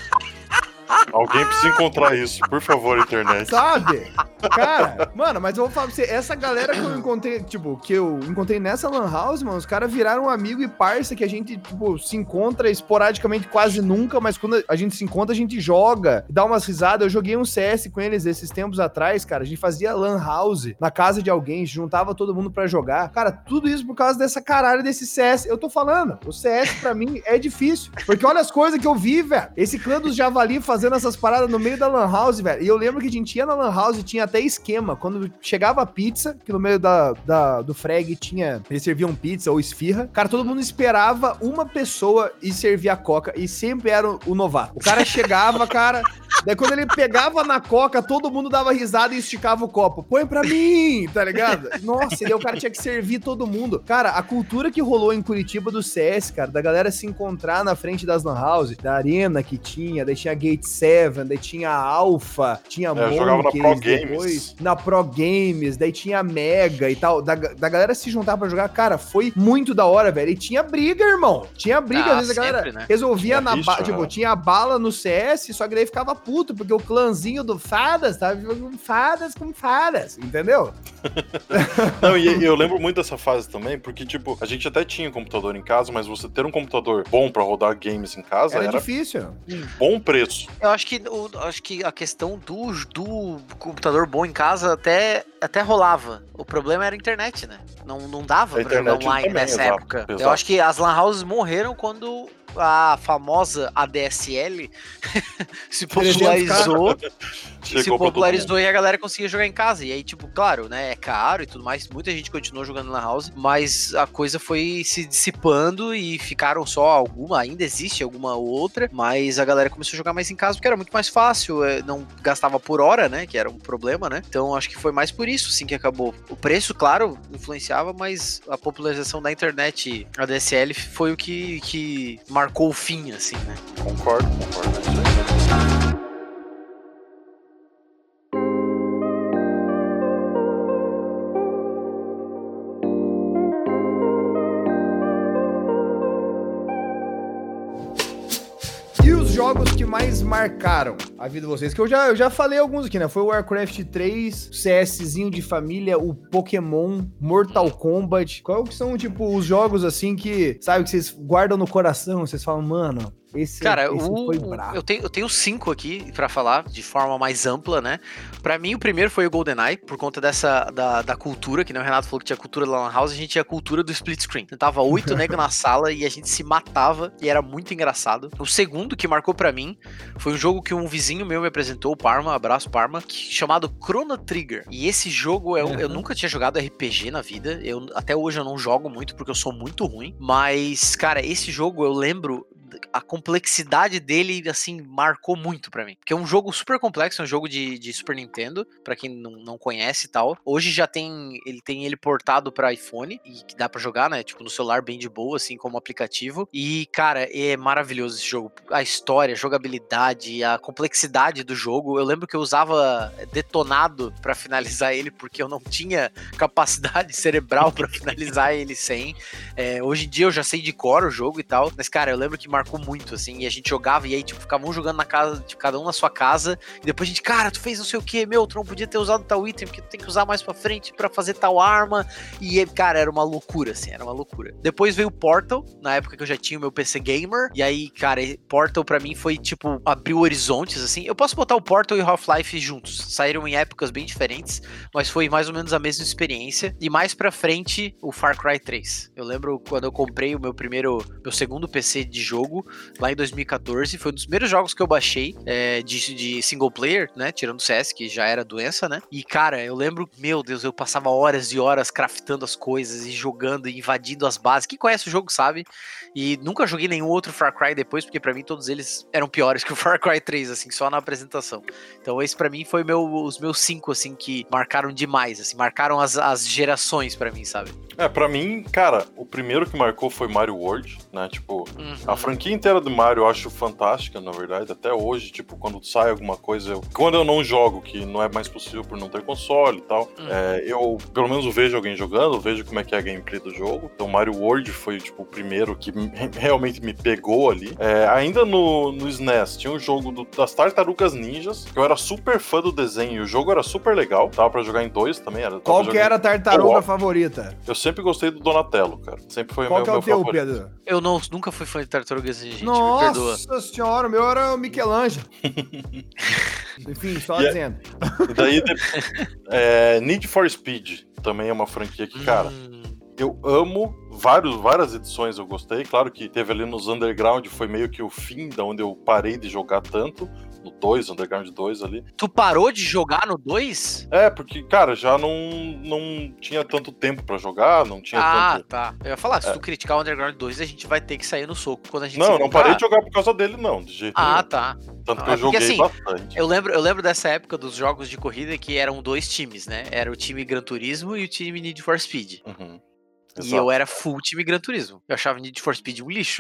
Alguém precisa encontrar isso, por favor, internet. Sabe? Cara, mano, mas eu vou falar pra você, essa galera que eu encontrei, tipo, que eu encontrei nessa Lan House, mano, os caras viraram amigo e parça que a gente, tipo, se encontra esporadicamente quase nunca, mas quando a gente se encontra, a gente joga, dá umas risadas. Eu joguei um CS com eles esses tempos atrás, cara, a gente fazia Lan House na casa de alguém, juntava todo mundo pra jogar. Cara, tudo isso por causa dessa caralho desse CS. Eu tô falando, o CS pra mim é difícil, porque olha as coisas que eu vi, velho. Esse clã dos Javali fazendo essas paradas no meio da Lan House, velho. E eu lembro que a gente ia na Lan House e tinha até esquema. Quando chegava a pizza, que no meio do frag tinha... Eles serviam pizza ou esfirra. Cara, todo mundo esperava uma pessoa e servia a coca. E sempre era o novato. O cara chegava, cara... Daí quando ele pegava na coca, todo mundo dava risada e esticava o copo. Põe pra mim, tá ligado? Nossa, e daí o cara tinha que servir todo mundo. Cara, a cultura que rolou em Curitiba do CS, cara, da galera se encontrar na frente das Lan House, da arena que tinha, daí tinha Gate 7, daí tinha Alpha, tinha Monkeys, jogava na Pro Games. Na Pro Games, daí tinha Mega e tal. Da galera se juntar pra jogar, cara, foi muito da hora, velho. E tinha briga, irmão. Tinha briga, às vezes a galera sempre, né? Resolvia na bala, tipo, tinha a bala no CS, só que daí ficava puto, porque o clãzinho do Fadas tava jogando Fadas com Fadas, entendeu? Não, e eu lembro muito dessa fase também, porque, tipo, a gente até tinha um computador em casa, mas você ter um computador bom pra rodar games em casa era difícil. Um bom preço. Eu acho que a questão do computador bom em casa até rolava. O problema era a internet, né? Não dava pra jogar online também, nessa época. Exato. Eu acho que as lan houses morreram quando a famosa ADSL se popularizou e a galera conseguia jogar em casa. E aí, tipo, claro, né, é caro e tudo mais, muita gente continuou jogando na house, mas a coisa foi se dissipando e ficaram só alguma, ainda existe alguma outra, mas a galera começou a jogar mais em casa porque era muito mais fácil, não gastava por hora, né, que era um problema, né, então acho que foi mais por isso, sim, que acabou. O preço, claro, influenciava, mas a popularização da internet, a DSL, foi o que marcou o fim, assim, né. Concordo. Jogos que mais marcaram a vida de vocês, que eu já falei alguns aqui, né? Foi o Warcraft 3, CSzinho de família, o Pokémon, Mortal Kombat. Qual que são, tipo, os jogos, assim, que, sabe, que vocês guardam no coração, vocês falam, mano, Cara, foi brabo. eu tenho 5 aqui pra falar de forma mais ampla, né? Pra mim, o primeiro foi o GoldenEye, por conta da cultura, que nem o Renato falou que tinha cultura lá na House, a gente tinha a cultura do split screen. Tava 8 negros na sala e a gente se matava e era muito engraçado. O segundo que marcou pra mim foi um jogo que um vizinho meu me apresentou, o Parma, abraço Parma, chamado Chrono Trigger. E esse jogo, eu nunca tinha jogado RPG na vida, até hoje eu não jogo muito porque eu sou muito ruim, mas, cara, esse jogo eu lembro a complexidade dele, assim, marcou muito pra mim. Porque é um jogo super complexo, é um jogo de Super Nintendo, pra quem não conhece e tal. Hoje já tem ele portado pra iPhone, e que dá pra jogar, né, tipo, no celular bem de boa, assim, como aplicativo. E, cara, é maravilhoso esse jogo. A história, a jogabilidade, a complexidade do jogo. Eu lembro que eu usava detonado pra finalizar ele, porque eu não tinha capacidade cerebral pra finalizar ele sem. Hoje em dia eu já sei de cor o jogo e tal, mas, cara, eu lembro que marcou muito, assim, e a gente jogava, e aí, tipo, ficava um jogando na casa, tipo, cada um na sua casa, e depois a gente, cara, tu fez não sei o que, tu não podia ter usado tal item, porque tu tem que usar mais pra frente pra fazer tal arma, e, cara, era uma loucura, assim, era uma loucura. Depois veio o Portal, na época que eu já tinha o meu PC Gamer, e aí, cara, Portal pra mim foi, tipo, abriu horizontes, assim, eu posso botar o Portal e o Half-Life juntos, saíram em épocas bem diferentes, mas foi mais ou menos a mesma experiência, e mais pra frente, o Far Cry 3. Eu lembro quando eu comprei o meu segundo PC de jogo, lá em 2014, foi um dos primeiros jogos que eu baixei de single player, né, tirando o CS, que já era doença, né, e, cara, eu lembro, meu Deus, eu passava horas e horas craftando as coisas e jogando e invadindo as bases. Quem conhece o jogo sabe, e nunca joguei nenhum outro Far Cry depois, porque pra mim todos eles eram piores que o Far Cry 3, assim, só na apresentação. Então esse pra mim foi os meus 5, assim, que marcaram demais, assim, marcaram as gerações pra mim, sabe? Pra mim, cara, o primeiro que marcou foi Mario World, né, tipo, a franquia inteira do Mario eu acho fantástica, na verdade, até hoje, tipo, quando sai alguma coisa, quando eu não jogo, que não é mais possível por não ter console e tal, eu, pelo menos, vejo alguém jogando, vejo como é que é a gameplay do jogo, então Mario World foi, tipo, o primeiro que realmente me pegou ali. Ainda no SNES, tinha um jogo das Tartarugas Ninjas, que eu era super fã do desenho, e o jogo era super legal, tava pra jogar em 2 também. Qual que era a tartaruga favorita? Eu sempre gostei do Donatello, cara, sempre foi Qual meu que é o teu, favorito. Pedro? Eu nunca fui fã de Tartarugas Ninja, gente, me perdoa. Nossa senhora, o meu era o Michelangelo. Enfim, só dizendo. E daí, Need for Speed também é uma franquia que, cara, eu amo. Várias edições eu gostei. Claro que teve ali nos Underground, foi meio que o fim da onde eu parei de jogar tanto. No 2, Underground 2 ali. Tu parou de jogar no 2? Porque, cara, já não tinha tanto tempo pra jogar, não tinha tanto... Tá. Eu ia falar, se tu criticar o Underground 2, a gente vai ter que sair no soco quando a gente não parei de jogar por causa dele, não, de jeito nenhum. Tá. Tanto que eu joguei assim, bastante. Eu lembro dessa época dos jogos de corrida que eram 2 times, né? Era o time Gran Turismo e o time Need for Speed. E eu era full time Gran Turismo. Eu achava Need for Speed um lixo.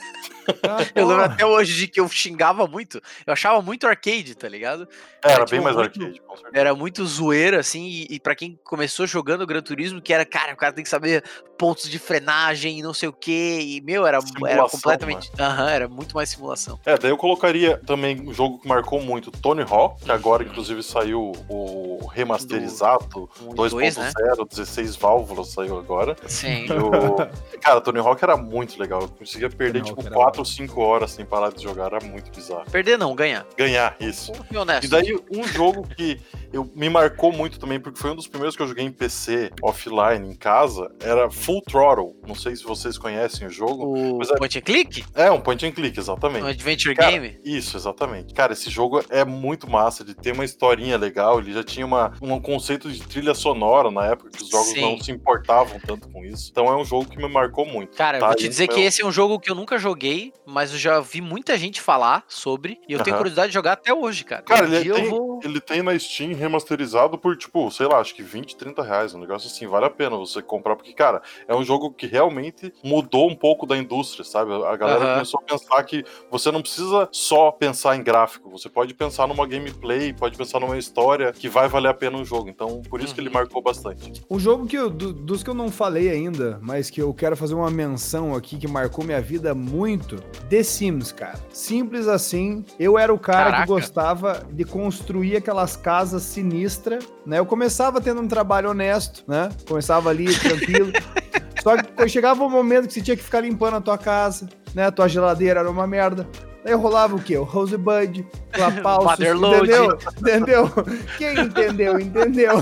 Eu lembro até hoje de que eu xingava muito. Eu achava muito arcade, tá ligado? Era bem mais arcade, com certeza. Era muito zoeira, assim, e pra quem começou jogando o Gran Turismo, que era, cara, o cara tem que saber pontos de frenagem e não sei o quê, e, meu, era completamente... Né? Era muito mais simulação. Daí eu colocaria também um jogo que marcou muito, Tony Hawk, que agora, inclusive, saiu o remasterizado, 2.0, né? 16 válvulas saiu agora. Sim. Cara, Tony Hawk era muito legal, eu conseguia perder, tipo, 4 ou 5 horas sem parar de jogar, era muito bizarro. Perder não, ganhar. Ganhar, isso. Honesto. E daí, um jogo que me marcou muito também, porque foi um dos primeiros que eu joguei em PC, offline, em casa, era Full Throttle. Não sei se vocês conhecem o jogo. O Point and Click? Um Point and Click, exatamente. Um Adventure Game? Game? Isso, exatamente. Cara, esse jogo é muito massa, ele tem uma historinha legal, ele já tinha um conceito de trilha sonora na época que os jogos não se importavam tanto com isso. Então é um jogo que me marcou muito. Cara, eu vou te dizer que esse é um jogo que eu nunca joguei, mas eu já vi muita gente falar sobre, e eu tenho curiosidade de jogar até hoje, cara. Cara, ele tem na Steam remasterizado por, tipo, sei lá, acho que 20, 30 reais, um negócio assim, vale a pena você comprar, porque, cara, é um jogo que realmente mudou um pouco da indústria, sabe? A galera começou a pensar que você não precisa só pensar em gráfico, você pode pensar numa gameplay, pode pensar numa história que vai valer a pena um jogo, então por isso que ele marcou bastante. Um jogo dos que eu não falei ainda, mas que eu quero fazer uma menção aqui, que marcou minha vida muito, The Sims, cara. Simples assim, eu era o cara que gostava de construir aquelas casas sinistras, né? Eu começava tendo um trabalho honesto, né? Começava ali tranquilo. Só que chegava um momento que você tinha que ficar limpando a tua casa, né? A tua geladeira era uma merda, Daí rolava o quê? O Rosebud, Clapalcios, Motherload. entendeu? Quem entendeu, entendeu.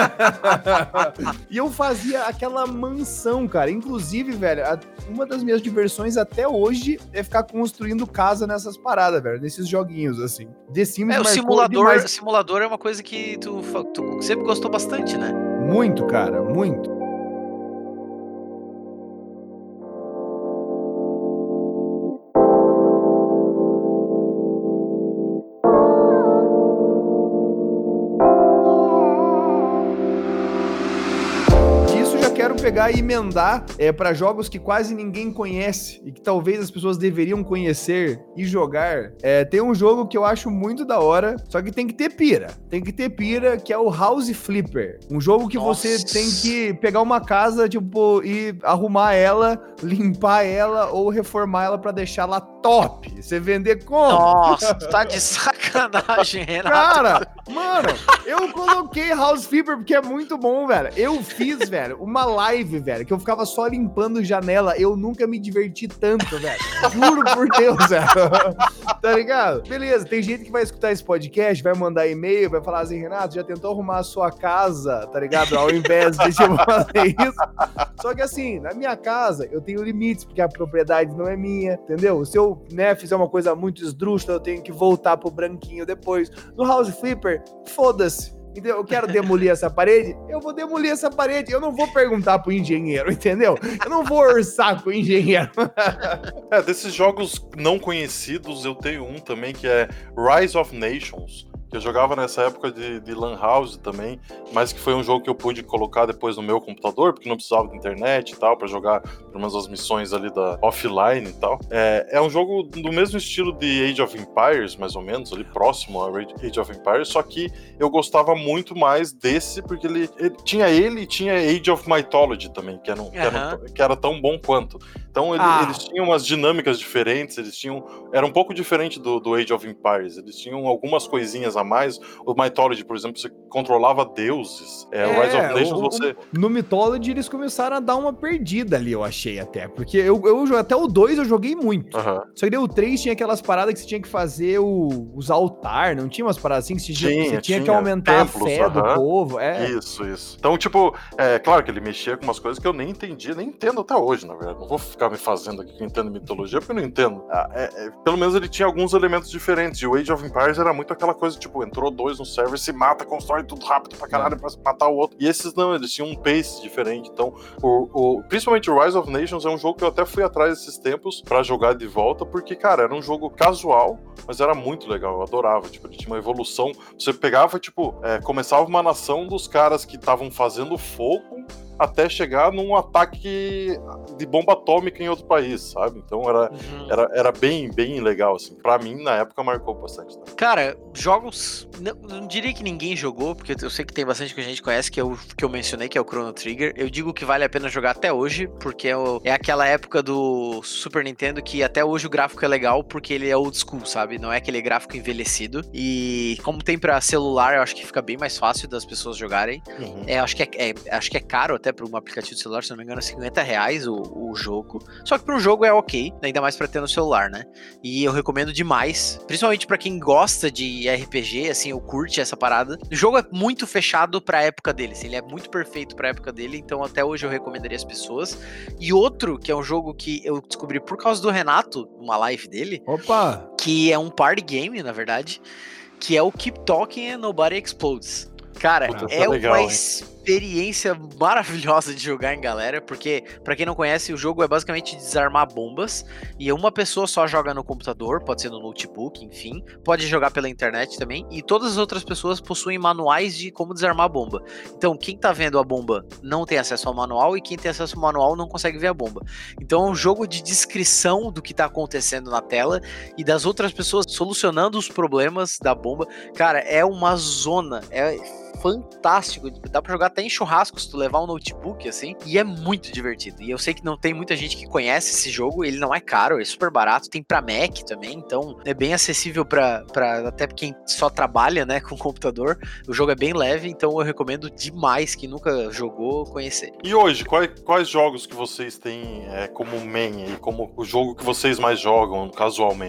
E eu fazia aquela mansão, cara. Inclusive, velho, uma das minhas diversões até hoje é ficar construindo casa nessas paradas, velho, nesses joguinhos, assim. The Sims O marcou demais. simulador é uma coisa que tu sempre gostou bastante, né? Muito, cara, muito. Pegar e emendar para jogos que quase ninguém conhece e que talvez as pessoas deveriam conhecer e jogar. Tem um jogo que eu acho muito da hora, só que tem que ter pira. Tem que ter pira, que é o House Flipper. Um jogo que você tem que pegar uma casa, tipo, e arrumar ela, limpar ela ou reformar ela pra deixar ela top. Você vender como? Nossa, tu tá de sacanagem, Renato. Cara, mano, eu coloquei House Flipper porque é muito bom, velho. Eu fiz, velho, uma live, velho, que eu ficava só limpando janela. Eu nunca me diverti tanto, velho. Juro por Deus, velho. Tá ligado? Beleza, tem gente que vai escutar esse podcast, vai mandar e-mail, vai falar assim, Renato, já tentou arrumar a sua casa, tá ligado? Ao invés de tipo, fazer isso. Só que assim, na minha casa, eu tenho limites, porque a propriedade não é minha, entendeu? Se eu, fizer uma coisa muito esdrúxula, eu tenho que voltar pro branquinho depois. No House Flipper, foda-se. Entendeu? Eu quero demolir essa parede, eu vou demolir essa parede. Eu não vou perguntar pro engenheiro, entendeu? Eu não vou orçar pro engenheiro. Desses jogos não conhecidos, eu tenho um também que é Rise of Nations, que eu jogava nessa época de Lan House também, mas que foi um jogo que eu pude colocar depois no meu computador, porque não precisava de internet e tal, pra jogar pelo menos as missões ali da offline e tal. É um jogo do mesmo estilo de Age of Empires, mais ou menos, ali próximo a Age of Empires, só que eu gostava muito mais desse, porque ele tinha Age of Mythology também, que era tão bom quanto. Então eles tinham umas dinâmicas diferentes, era um pouco diferente do Age of Empires, eles tinham algumas coisinhas a mais. O Mythology, por exemplo, você controlava deuses. O Rise of Nations, no Mythology eles começaram a dar uma perdida ali, eu achei até, porque eu até o 2 eu joguei muito. Só que daí o 3 tinha aquelas paradas que você tinha que fazer os altar, não tinha umas paradas assim que você tinha que aumentar templos, a fé do povo. Isso. Então, tipo, claro que ele mexia com umas coisas que eu nem entendia, nem entendo até hoje, na verdade. Não vou ficar me fazendo aqui que eu entendo mitologia, porque eu não entendo. Pelo menos ele tinha alguns elementos diferentes, e o Age of Empires era muito aquela coisa, tipo, entrou dois no server, se mata, constrói tudo rápido pra caralho pra matar o outro. E esses não, eles tinham um pace diferente. Então, principalmente o Rise of Nations é um jogo que eu até fui atrás esses tempos pra jogar de volta, porque, cara, era um jogo casual, mas era muito legal, eu adorava. Tipo, ele tinha uma evolução. Você pegava, tipo, começava uma nação dos caras que estavam fazendo fogo até chegar num ataque de bomba atômica em outro país, sabe? Então era bem, bem legal, assim. Pra mim, na época, marcou bastante. Né? Cara, jogos... Não diria que ninguém jogou, porque eu sei que tem bastante que a gente conhece, que é o que eu mencionei, que é o Chrono Trigger. Eu digo que vale a pena jogar até hoje, porque é aquela época do Super Nintendo que até hoje o gráfico é legal, porque ele é old school, sabe? Não é aquele gráfico envelhecido. E como tem pra celular, eu acho que fica bem mais fácil das pessoas jogarem. Acho que é caro até para um aplicativo de celular, se não me engano, R$50 o jogo. Só que para um jogo é ok, ainda mais para ter no celular, né? E eu recomendo demais, principalmente para quem gosta de RPG, assim, ou curte essa parada. O jogo é muito fechado para a época dele, assim, ele é muito perfeito para a época dele, então até hoje eu recomendaria as pessoas. E outro, que é um jogo que eu descobri por causa do Renato, uma live dele. Opa! Que é um party game, na verdade, que é o Keep Talking and Nobody Explodes. Cara, é legal, uma experiência maravilhosa de jogar em galera, porque, pra quem não conhece, o jogo é basicamente desarmar bombas, e uma pessoa só joga no computador, pode ser no notebook, enfim, pode jogar pela internet também, e todas as outras pessoas possuem manuais de como desarmar a bomba. Então, quem tá vendo a bomba não tem acesso ao manual, e quem tem acesso ao manual não consegue ver a bomba. Então, é um jogo de descrição do que tá acontecendo na tela, e das outras pessoas solucionando os problemas da bomba. Cara, é uma zona, fantástico, dá pra jogar até em churrasco se tu levar um notebook, assim, e é muito divertido. E eu sei que não tem muita gente que conhece esse jogo, ele não é caro, é super barato, tem pra Mac também, então é bem acessível pra até quem só trabalha, né, com computador. O jogo é bem leve, então eu recomendo demais quem nunca jogou conhecer. E hoje, quais jogos que vocês têm como main e como o jogo que vocês mais jogam casualmente?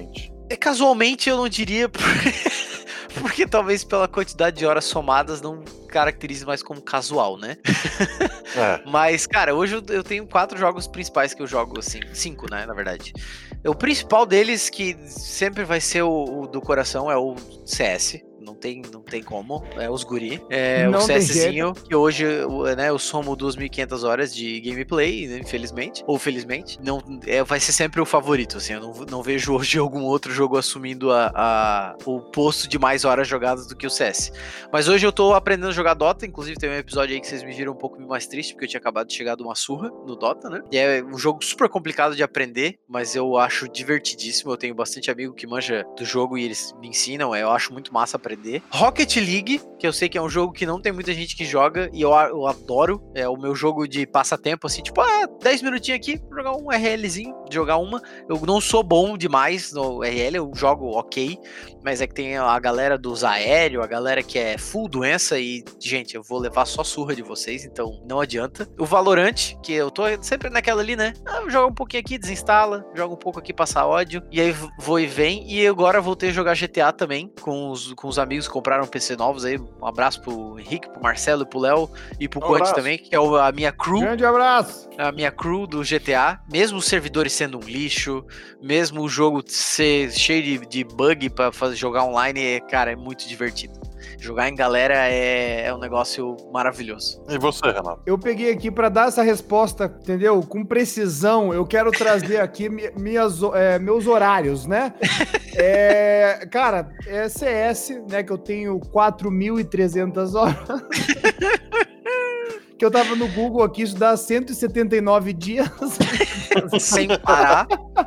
Casualmente eu não diria, porque talvez pela quantidade de horas somadas não caracterize mais como casual, né? Mas, cara, hoje eu tenho 4 jogos principais que eu jogo, assim, 5, né, na verdade. O principal deles, que sempre vai ser o do coração, é o CS. Não tem como, é os guri. O CSzinho, que hoje, né, eu somo 2.500 horas de gameplay, né, infelizmente, ou felizmente, não, vai ser sempre o favorito, assim, eu não vejo hoje algum outro jogo assumindo o posto de mais horas jogadas do que o CS. Mas hoje eu tô aprendendo a jogar Dota, inclusive tem um episódio aí que vocês me viram um pouco mais triste, porque eu tinha acabado de chegar de uma surra no Dota, né, e é um jogo super complicado de aprender, mas eu acho divertidíssimo, eu tenho bastante amigo que manja do jogo e eles me ensinam, eu acho muito massa aprender. Rocket League, que eu sei que é um jogo que não tem muita gente que joga e eu adoro, é o meu jogo de passatempo, assim, tipo, 10 minutinhos aqui pra jogar um RLzinho, jogar uma. Eu não sou bom demais no RL, eu jogo ok, mas é que tem a galera dos aéreos, a galera que é full doença e, gente, eu vou levar só surra de vocês, então não adianta. O Valorant, que eu tô sempre naquela ali, né, joga um pouquinho aqui, desinstala, joga um pouco aqui, passa ódio, e aí vou e vem, e agora voltei a jogar GTA também, com os amigos que compraram PC novos aí, um abraço pro Henrique, pro Marcelo, pro Léo e pro Conte também, que é a minha crew. Grande abraço! A minha crew do GTA, mesmo os servidores sendo um lixo, mesmo o jogo ser cheio de bug pra jogar online, cara, é muito divertido. Jogar em galera é um negócio maravilhoso. E você, Renato? Eu peguei aqui pra dar essa resposta, entendeu? Com precisão, eu quero trazer aqui meus horários, né? Cara, é CS, né? Que eu tenho 4.300 horas. Que eu tava no Google aqui, isso dá 179 dias. Sem parar.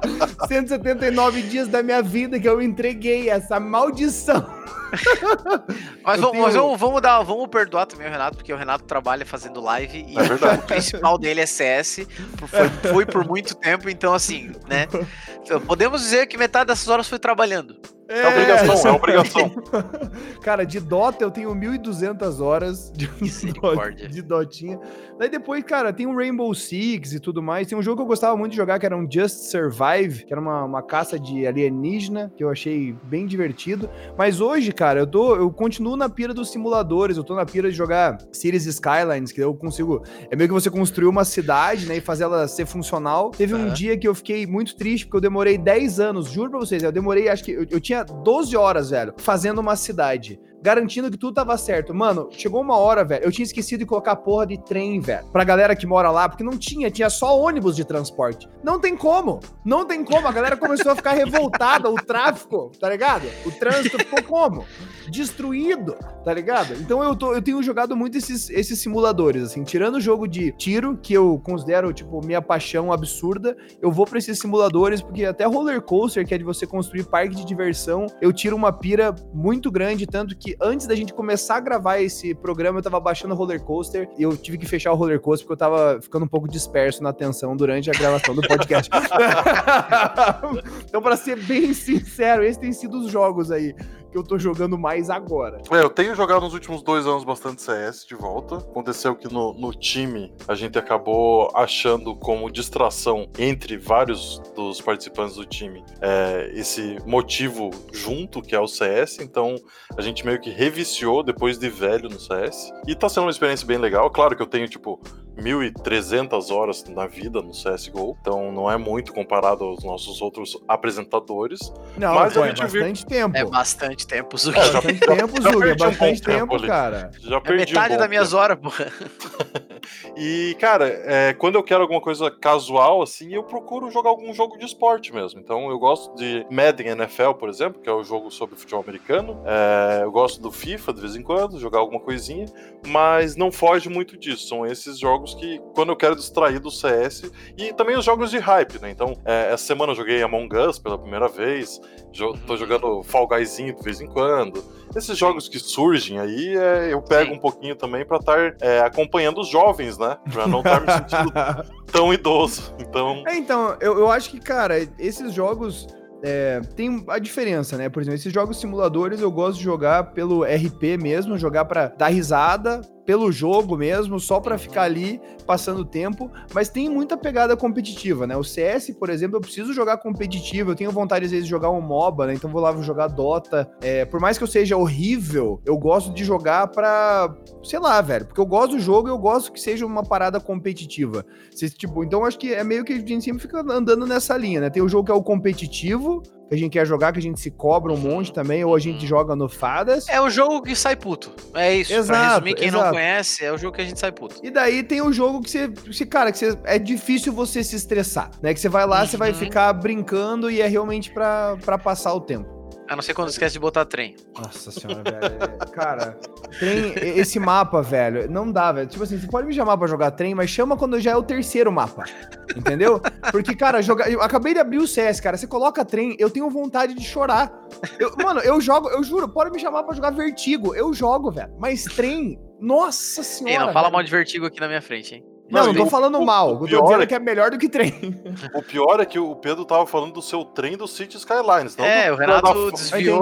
179 dias da minha vida que eu entreguei essa maldição. Mas vamos perdoar também o Renato, porque o Renato trabalha fazendo live e o principal dele é CS, foi por muito tempo, então assim, né, podemos dizer que metade dessas horas foi trabalhando. É obrigação. Cara, de Dota eu tenho 1.200 horas de Dotinha. Daí depois, cara, tem o Rainbow Six e tudo mais. Tem um jogo que eu gostava muito de jogar, que era um Just Survive, que era uma caça de alienígena, que eu achei bem divertido. Mas hoje, cara, eu continuo na pira dos simuladores, eu tô na pira de jogar Cities Skylines, que eu consigo... É meio que você construir uma cidade, né, e fazer ela ser funcional. Teve um dia que eu fiquei muito triste, porque eu demorei 10 anos, juro pra vocês, eu demorei, acho que eu tinha 12 horas, velho, fazendo uma cidade, garantindo que tudo tava certo. Mano, chegou uma hora, velho, eu tinha esquecido de colocar porra de trem, velho, pra galera que mora lá, porque não tinha só ônibus de transporte. Não tem como, a galera começou a ficar revoltada, o tráfico, tá ligado? O trânsito ficou como? Destruído, tá ligado? Então eu tenho jogado muito esses simuladores, assim, tirando o jogo de tiro, que eu considero, tipo, minha paixão absurda, eu vou pra esses simuladores, porque até roller coaster, que é de você construir parque de diversão, eu tiro uma pira muito grande, tanto que antes da gente começar a gravar esse programa, eu tava baixando o roller coaster e eu tive que fechar o roller coaster porque eu tava ficando um pouco disperso na atenção durante a gravação do podcast. Então, pra ser bem sincero, esses têm sido os jogos aí que eu tô jogando mais agora. Eu tenho jogado nos últimos 2 anos bastante CS de volta. Aconteceu que no time a gente acabou achando como distração entre vários dos participantes do time esse motivo junto, que é o CS. Então a gente meio que reviciou depois de velho no CS. E tá sendo uma experiência bem legal. Claro que eu tenho, tipo, 1.300 horas na vida no CSGO, então não é muito comparado aos nossos outros apresentadores. Não, mas é bastante tempo. É bastante tempo, Zugi. É bastante tempo, cara. Já perdi metade das minhas horas, porra. E, cara, quando eu quero alguma coisa casual, assim, eu procuro jogar algum jogo de esporte mesmo. Então eu gosto de Madden NFL, por exemplo, que é o jogo sobre futebol americano. Eu gosto do FIFA de vez em quando, jogar alguma coisinha, mas não foge muito disso. São esses jogos que, quando eu quero distrair do CS, e também os jogos de hype, né? Então, essa semana eu joguei Among Us pela primeira vez, tô jogando Fall Guyzinho de vez em quando. Esses jogos que surgem aí, eu pego um pouquinho também pra estar acompanhando os jovens, né? Pra não estar me sentindo tão idoso. Então, eu acho que, cara, esses jogos... tem a diferença, né? Por exemplo, esses jogos simuladores eu gosto de jogar pelo RP mesmo, jogar pra dar risada, pelo jogo mesmo, só pra ficar ali passando tempo, mas tem muita pegada competitiva, né? O CS, por exemplo, eu preciso jogar competitivo, eu tenho vontade às vezes de jogar um MOBA, né? Então vou lá jogar Dota. Por mais que eu seja horrível, eu gosto de jogar pra, sei lá, velho, porque eu gosto do jogo e eu gosto que seja uma parada competitiva. Então acho que é meio que a gente sempre fica andando nessa linha, né? Tem o jogo que é o competitivo, que a gente quer jogar, que a gente se cobra um monte também, ou a gente joga no Fadas. É o jogo que sai puto. É isso. Exato, pra resumir, quem exato. não conhece, é o jogo que a gente sai puto. E daí tem o jogo que é difícil você se estressar, né? Que você vai lá, você vai ficar brincando e é realmente pra passar o tempo. A não ser quando esquece de botar trem. Nossa senhora, velho. Cara, esse mapa, velho, não dá, velho. Tipo assim, você pode me chamar pra jogar trem, mas chama quando já é o terceiro mapa. Entendeu? Porque, cara, eu acabei de abrir o CS, cara. Você coloca trem, eu tenho vontade de chorar. Mano, eu jogo, eu juro, pode me chamar pra jogar Vertigo. Eu jogo, velho. Mas trem, nossa senhora. Ei, não fala mal de Vertigo aqui na minha frente, hein? Não tô falando mal. Eu tô dizendo que é melhor do que trem. O pior é que o Pedro tava falando do seu trem do City Skylines. Não o Renato desviou.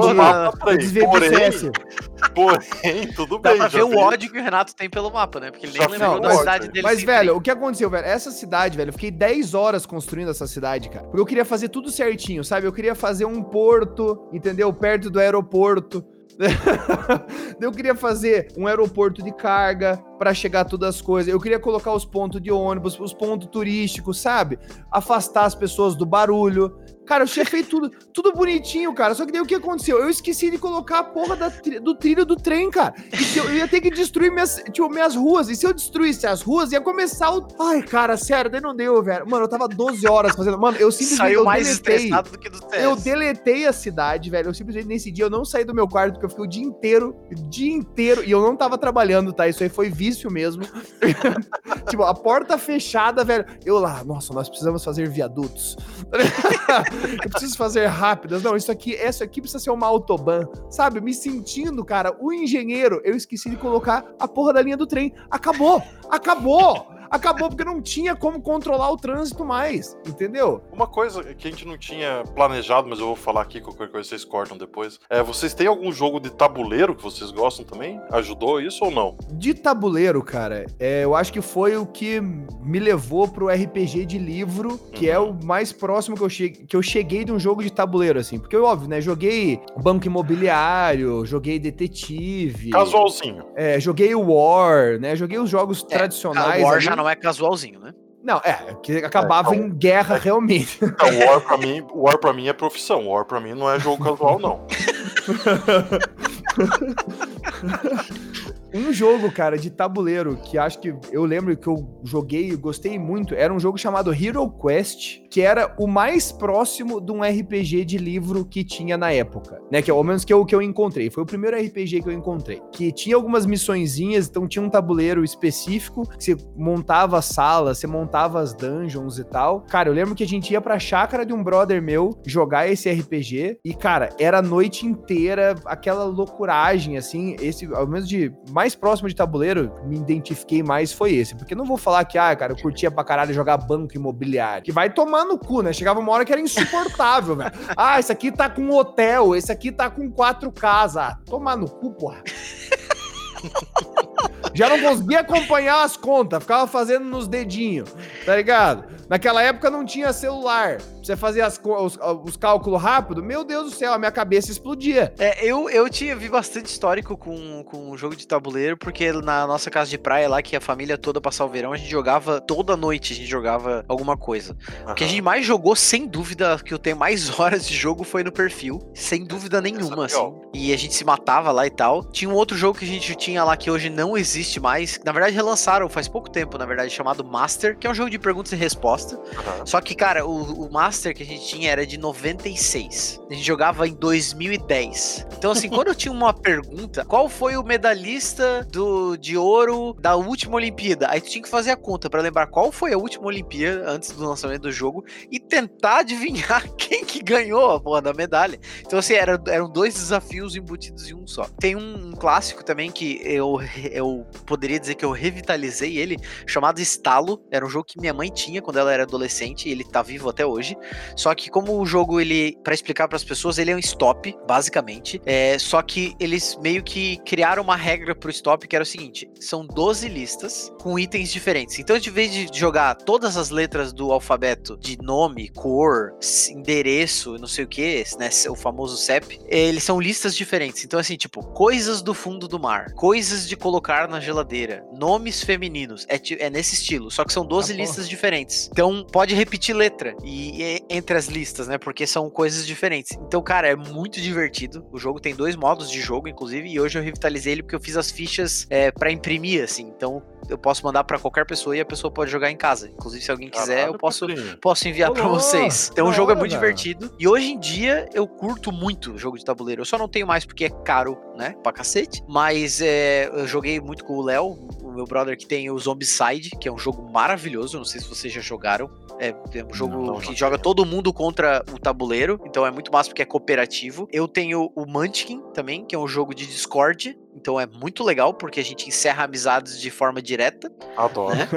Porém, tudo bem. Dá pra ver o ódio que o Renato tem pelo mapa, né? Porque ele nem lembrou da cidade dele. Mas, velho, o que aconteceu, velho? Essa cidade, velho, eu fiquei 10 horas construindo essa cidade, cara. Porque eu queria fazer tudo certinho, sabe? Eu queria fazer um porto, entendeu? Perto do aeroporto. Eu queria fazer um aeroporto de carga pra chegar todas as coisas. Eu queria colocar os pontos de ônibus, os pontos turísticos, sabe? Afastar as pessoas do barulho. Cara, eu tinha feito tudo bonitinho, cara. Só que daí o que aconteceu? Eu esqueci de colocar a porra do trilho do trem, cara. E eu ia ter que destruir minhas ruas. E se eu destruísse as ruas, ia começar o... Ai, cara, sério, daí não deu, velho. Mano, eu tava 12 horas fazendo... Mano, eu simplesmente... Saiu mais estressado do que do CS. Eu deletei a cidade, velho. Eu simplesmente, nesse dia, eu não saí do meu quarto, porque eu fiquei o dia inteiro, e eu não tava trabalhando, tá? Isso aí foi vício mesmo. Tipo, a porta fechada, velho. Eu lá, nossa, nós precisamos fazer viadutos. Eu preciso fazer rápidas. Não, essa aqui precisa ser uma autobahn, sabe? Me sentindo, cara, o engenheiro, eu esqueci de colocar a porra da linha do trem. Acabou porque não tinha como controlar o trânsito mais, entendeu? Uma coisa que a gente não tinha planejado, mas eu vou falar aqui, qualquer coisa vocês cortam depois. Vocês têm algum jogo de tabuleiro que vocês gostam também? Ajudou isso ou não? De tabuleiro, cara, eu acho que foi o que me levou pro RPG de livro, que é o mais próximo que eu cheguei de um jogo de tabuleiro, assim. Porque, óbvio, né, joguei Banco Imobiliário, joguei Detetive. Casualzinho. Joguei War, né, joguei os jogos tradicionais. O War já não é casualzinho, né? Não, que acabava em guerra realmente. O War pra mim é profissão. O War pra mim não é jogo casual, não. Um jogo, cara, de tabuleiro, que acho que eu lembro que eu joguei e gostei muito, era um jogo chamado Hero Quest, que era o mais próximo de um RPG de livro que tinha na época, né? Que é ao menos que eu encontrei. Foi o primeiro RPG que eu encontrei. Que tinha algumas missõezinhas, então tinha um tabuleiro específico, que você montava a sala, você montava as dungeons e tal. Cara, eu lembro que a gente ia pra chácara de um brother meu jogar esse RPG e, cara, era a noite inteira aquela loucuragem, assim, ao menos de mais próximo de tabuleiro, me identifiquei mais foi esse, porque eu não vou falar que, cara, eu curtia pra caralho jogar Banco Imobiliário, que vai tomar no cu, né? Chegava uma hora que era insuportável, velho. Esse aqui tá com hotel, esse aqui tá com 4 casas. Tomar no cu, porra. Já não conseguia acompanhar as contas, ficava fazendo nos dedinhos, tá ligado? Naquela época não tinha celular, você fazia os cálculos rápido, meu Deus do céu, a minha cabeça explodia. Eu vi bastante histórico com o jogo de tabuleiro, porque na nossa casa de praia lá, que a família toda passava o verão, a gente jogava toda noite, a gente jogava alguma coisa. O que a gente mais jogou, sem dúvida, que eu tenho mais horas de jogo foi no Perfil, sem dúvida nenhuma, assim. E a gente se matava lá e tal. Tinha um outro jogo que a gente tinha lá que hoje não existe mais, na verdade relançaram faz pouco tempo, na verdade, chamado Master, que é um jogo de perguntas e respostas. Só que, cara, o Master que a gente tinha era de 96. A gente jogava em 2010. Então, assim, quando eu tinha uma pergunta, qual foi o medalhista de ouro da última Olimpíada? Aí tu tinha que fazer a conta pra lembrar qual foi a última Olimpíada antes do lançamento do jogo e tentar adivinhar quem que ganhou a porra da medalha. Então, assim, eram 2 desafios embutidos em um só. Tem um clássico também que eu poderia dizer que eu revitalizei ele, chamado Estalo. Era um jogo que minha mãe tinha quando ela era adolescente, e ele tá vivo até hoje. Só que como o jogo, pra explicar pras pessoas, ele é um stop, basicamente. Só que eles meio que criaram uma regra pro stop, que era o seguinte: são 12 listas com itens diferentes. Então, de vez de jogar todas as letras do alfabeto, de nome, cor, endereço, não sei o que, né, o famoso CEP, eles são listas diferentes. Então, assim, tipo, coisas do fundo do mar, coisas de colocar na geladeira, nomes femininos, é nesse estilo, só que são 12 listas diferentes. Então, pode repetir letra entre as listas, né, porque são coisas diferentes. Então, cara, é muito divertido. O jogo tem 2 modos de jogo, inclusive, e hoje eu revitalizei ele porque eu fiz as fichas pra imprimir, assim. Então, eu posso mandar pra qualquer pessoa e a pessoa pode jogar em casa. Inclusive, se alguém quiser, eu posso enviar pra vocês. Então, o jogo é muito divertido. E hoje em dia, eu curto muito jogo de tabuleiro. Eu só não tenho mais porque é caro, né? Pra cacete. Mas eu joguei muito com o Léo, o meu brother, que tem o Zombicide, que é um jogo maravilhoso. Não sei se vocês já jogaram. É um jogo que joga todo mundo contra o tabuleiro. Então é muito massa porque é cooperativo. Eu tenho o Munchkin também, que é um jogo de Discord. Então é muito legal, porque a gente encerra amizades de forma direta. Adoro. Né?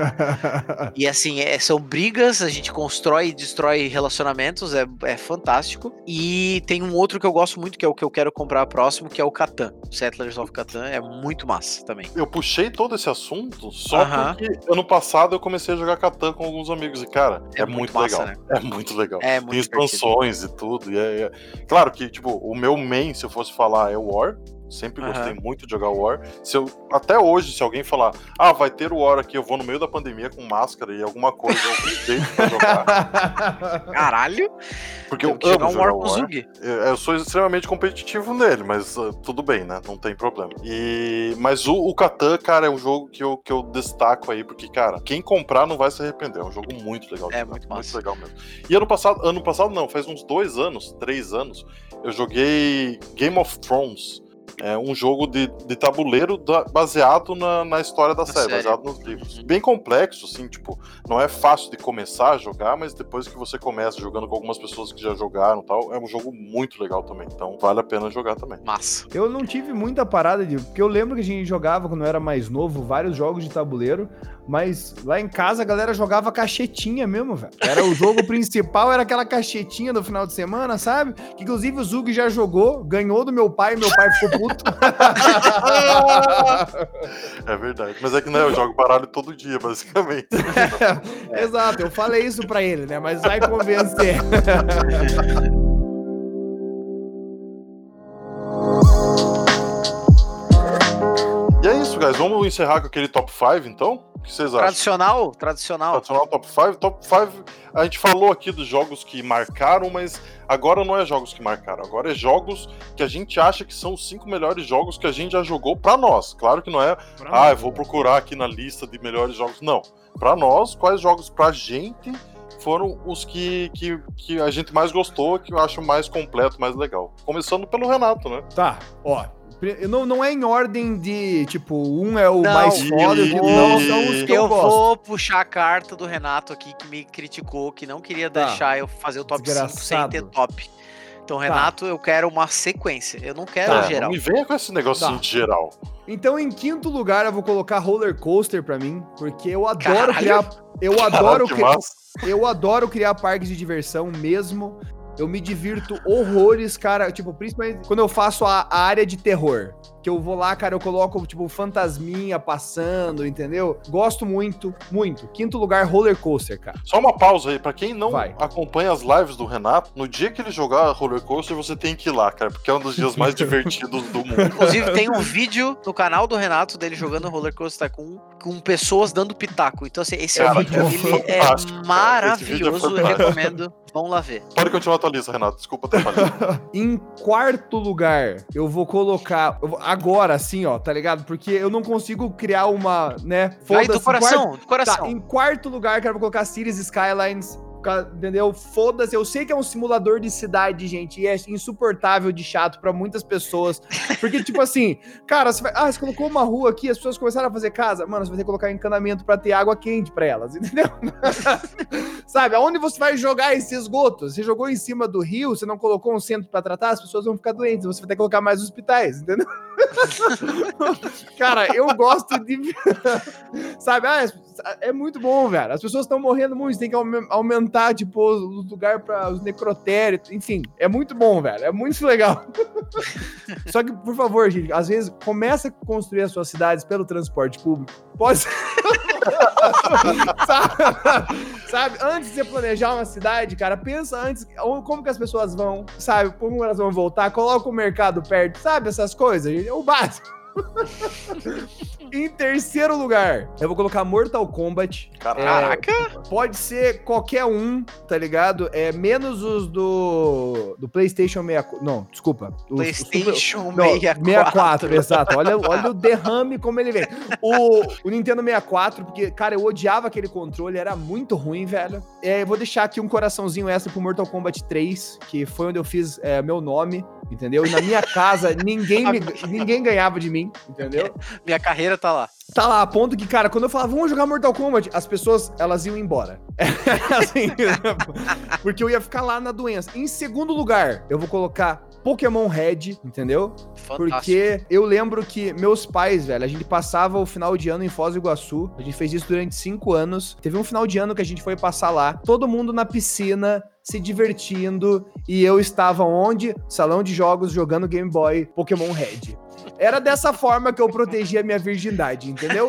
E assim, são brigas, a gente constrói e destrói relacionamentos, é fantástico. E tem um outro que eu gosto muito, que é o que eu quero comprar próximo, que é o Catan. Settlers of Catan é muito massa também. Eu puxei todo esse assunto só porque ano passado eu comecei a jogar Catan com alguns amigos. E, cara, é muito massa, legal. Né? É muito legal. É muito tem expansões divertido. E tudo. Claro que, tipo, o meu main, se eu fosse falar, é o War. Sempre gostei muito de jogar War. Até hoje, se alguém falar, vai ter o War aqui, eu vou no meio da pandemia com máscara e alguma coisa, algum jeito pra jogar. Caralho! Porque eu amo jogar um War. Eu sou extremamente competitivo nele, mas tudo bem, né? Não tem problema. Mas o Catan, cara, é um jogo que eu destaco aí, porque, cara, quem comprar não vai se arrepender. É um jogo muito legal. É muito massa. Muito legal mesmo. E ano passado não, faz uns 2 anos, 3 anos, eu joguei Game of Thrones. É um jogo de tabuleiro baseado na história da série, baseado nos livros. Bem complexo, assim, tipo, não é fácil de começar a jogar, mas depois que você começa jogando com algumas pessoas que já jogaram e tal, é um jogo muito legal também. Então, vale a pena jogar também. Massa. Eu não tive muita parada porque eu lembro que a gente jogava, quando eu era mais novo, vários jogos de tabuleiro, mas lá em casa a galera jogava cachetinha mesmo, velho. Era o jogo principal, era aquela cachetinha do final de semana, sabe? Que inclusive o Zug já jogou, ganhou do meu pai ficou puto. É verdade, mas é que eu jogo baralho todo dia, basicamente. Exato, eu falei isso pra ele, né? Mas vai convencer. E é isso, guys. Vamos encerrar com aquele top 5, então? O que vocês acham? Tradicional top 5. Top 5, a gente falou aqui dos jogos que marcaram, mas agora não é jogos que marcaram. Agora é jogos que a gente acha que são os 5 melhores jogos que a gente já jogou pra nós. Claro que não é, eu vou procurar aqui na lista de melhores jogos. Não. Pra nós, quais jogos pra gente foram os que a gente mais gostou, que eu acho mais completo, mais legal. Começando pelo Renato, né? Tá, ó. Não é em ordem de, tipo, um é o mais foda, não são os que eu gosto. Eu vou puxar a carta do Renato aqui, que me criticou, que não queria deixar eu fazer o top 5 sem ter top. Então, Renato, eu quero uma sequência. Eu não quero geral. Não me venha com esse negocinho de geral. Então, em quinto lugar, eu vou colocar Roller Coaster pra mim, porque eu adoro criar... Eu adoro criar parques de diversão mesmo. Eu me divirto horrores, cara, tipo, principalmente quando eu faço a área de terror, que eu vou lá, cara, eu coloco, tipo, fantasminha passando, entendeu? Gosto muito, muito. Quinto lugar, Roller Coaster, cara. Só uma pausa aí, pra quem não acompanha as lives do Renato, no dia que ele jogar Roller Coaster, você tem que ir lá, cara, porque é um dos dias mais divertidos do mundo. Inclusive, tem um vídeo no canal do Renato, dele jogando Roller Coaster com pessoas dando pitaco. Então, assim, esse vídeo, ele é maravilhoso, eu recomendo. Vamos lá ver. Pode continuar a tua lista, Renato. Desculpa ter falhado. Em quarto lugar, eu vou colocar... Agora, assim, ó, tá ligado? Porque eu não consigo criar uma, né? Vai do coração, do coração. Tá, em quarto lugar, quero colocar Cities Skylines. entendeu? Foda-se, eu sei que é um simulador de cidade, gente, e é insuportável de chato pra muitas pessoas, porque, tipo assim, cara, você colocou uma rua aqui, as pessoas começaram a fazer casa, mano, você vai ter que colocar encanamento pra ter água quente pra elas, entendeu? Sabe, aonde você vai jogar esse esgoto? Você jogou em cima do rio, você não colocou um centro pra tratar, as pessoas vão ficar doentes, você vai ter que colocar mais hospitais, entendeu? Cara, eu gosto de... Sabe, é muito bom, velho. As pessoas estão morrendo muito, tem que aumentar, tipo, o lugar para os necrotérios, enfim, é muito bom, velho, é muito legal. Só que, por favor, gente, às vezes, começa a construir as suas cidades pelo transporte público. Pode ser... sabe, antes de você planejar uma cidade, cara, pensa antes como que as pessoas vão, sabe, como elas vão voltar, coloca o mercado perto, sabe, essas coisas, gente, é o básico. Em terceiro lugar, eu vou colocar Mortal Kombat. Caraca! Pode ser qualquer um, tá ligado? Menos os do PlayStation 64. Não, desculpa. PlayStation 64, exato. Olha o derrame como ele vem. O Nintendo 64, porque, cara, eu odiava aquele controle, era muito ruim, velho. Eu vou deixar aqui um coraçãozinho extra pro Mortal Kombat 3, que foi onde eu fiz meu nome, entendeu? E na minha casa, ninguém ganhava de mim, entendeu? Minha carreira tá lá. Tá lá, a ponto que, cara, quando eu falava, vamos jogar Mortal Kombat, as pessoas, elas iam embora. Assim, porque eu ia ficar lá na doença. Em segundo lugar, eu vou colocar Pokémon Red, entendeu? Fantástico. Porque eu lembro que meus pais, velho, a gente passava o final de ano em Foz do Iguaçu, a gente fez isso durante 5 anos, teve um final de ano que a gente foi passar lá, todo mundo na piscina, se divertindo, e eu estava onde? Salão de jogos, jogando Game Boy Pokémon Red. Era dessa forma que eu protegia a minha virgindade, entendeu?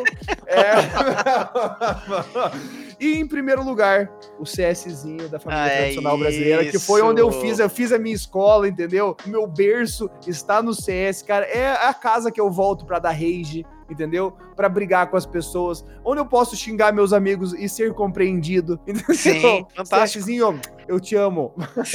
E em primeiro lugar, o CSzinho da família tradicional brasileira, que foi onde eu fiz a minha escola, entendeu? O meu berço está no CS, cara. É a casa que eu volto pra dar rage, entendeu? Pra brigar com as pessoas, onde eu posso xingar meus amigos e ser compreendido, entendeu? Sim, fantástico. CSzinho, eu te amo.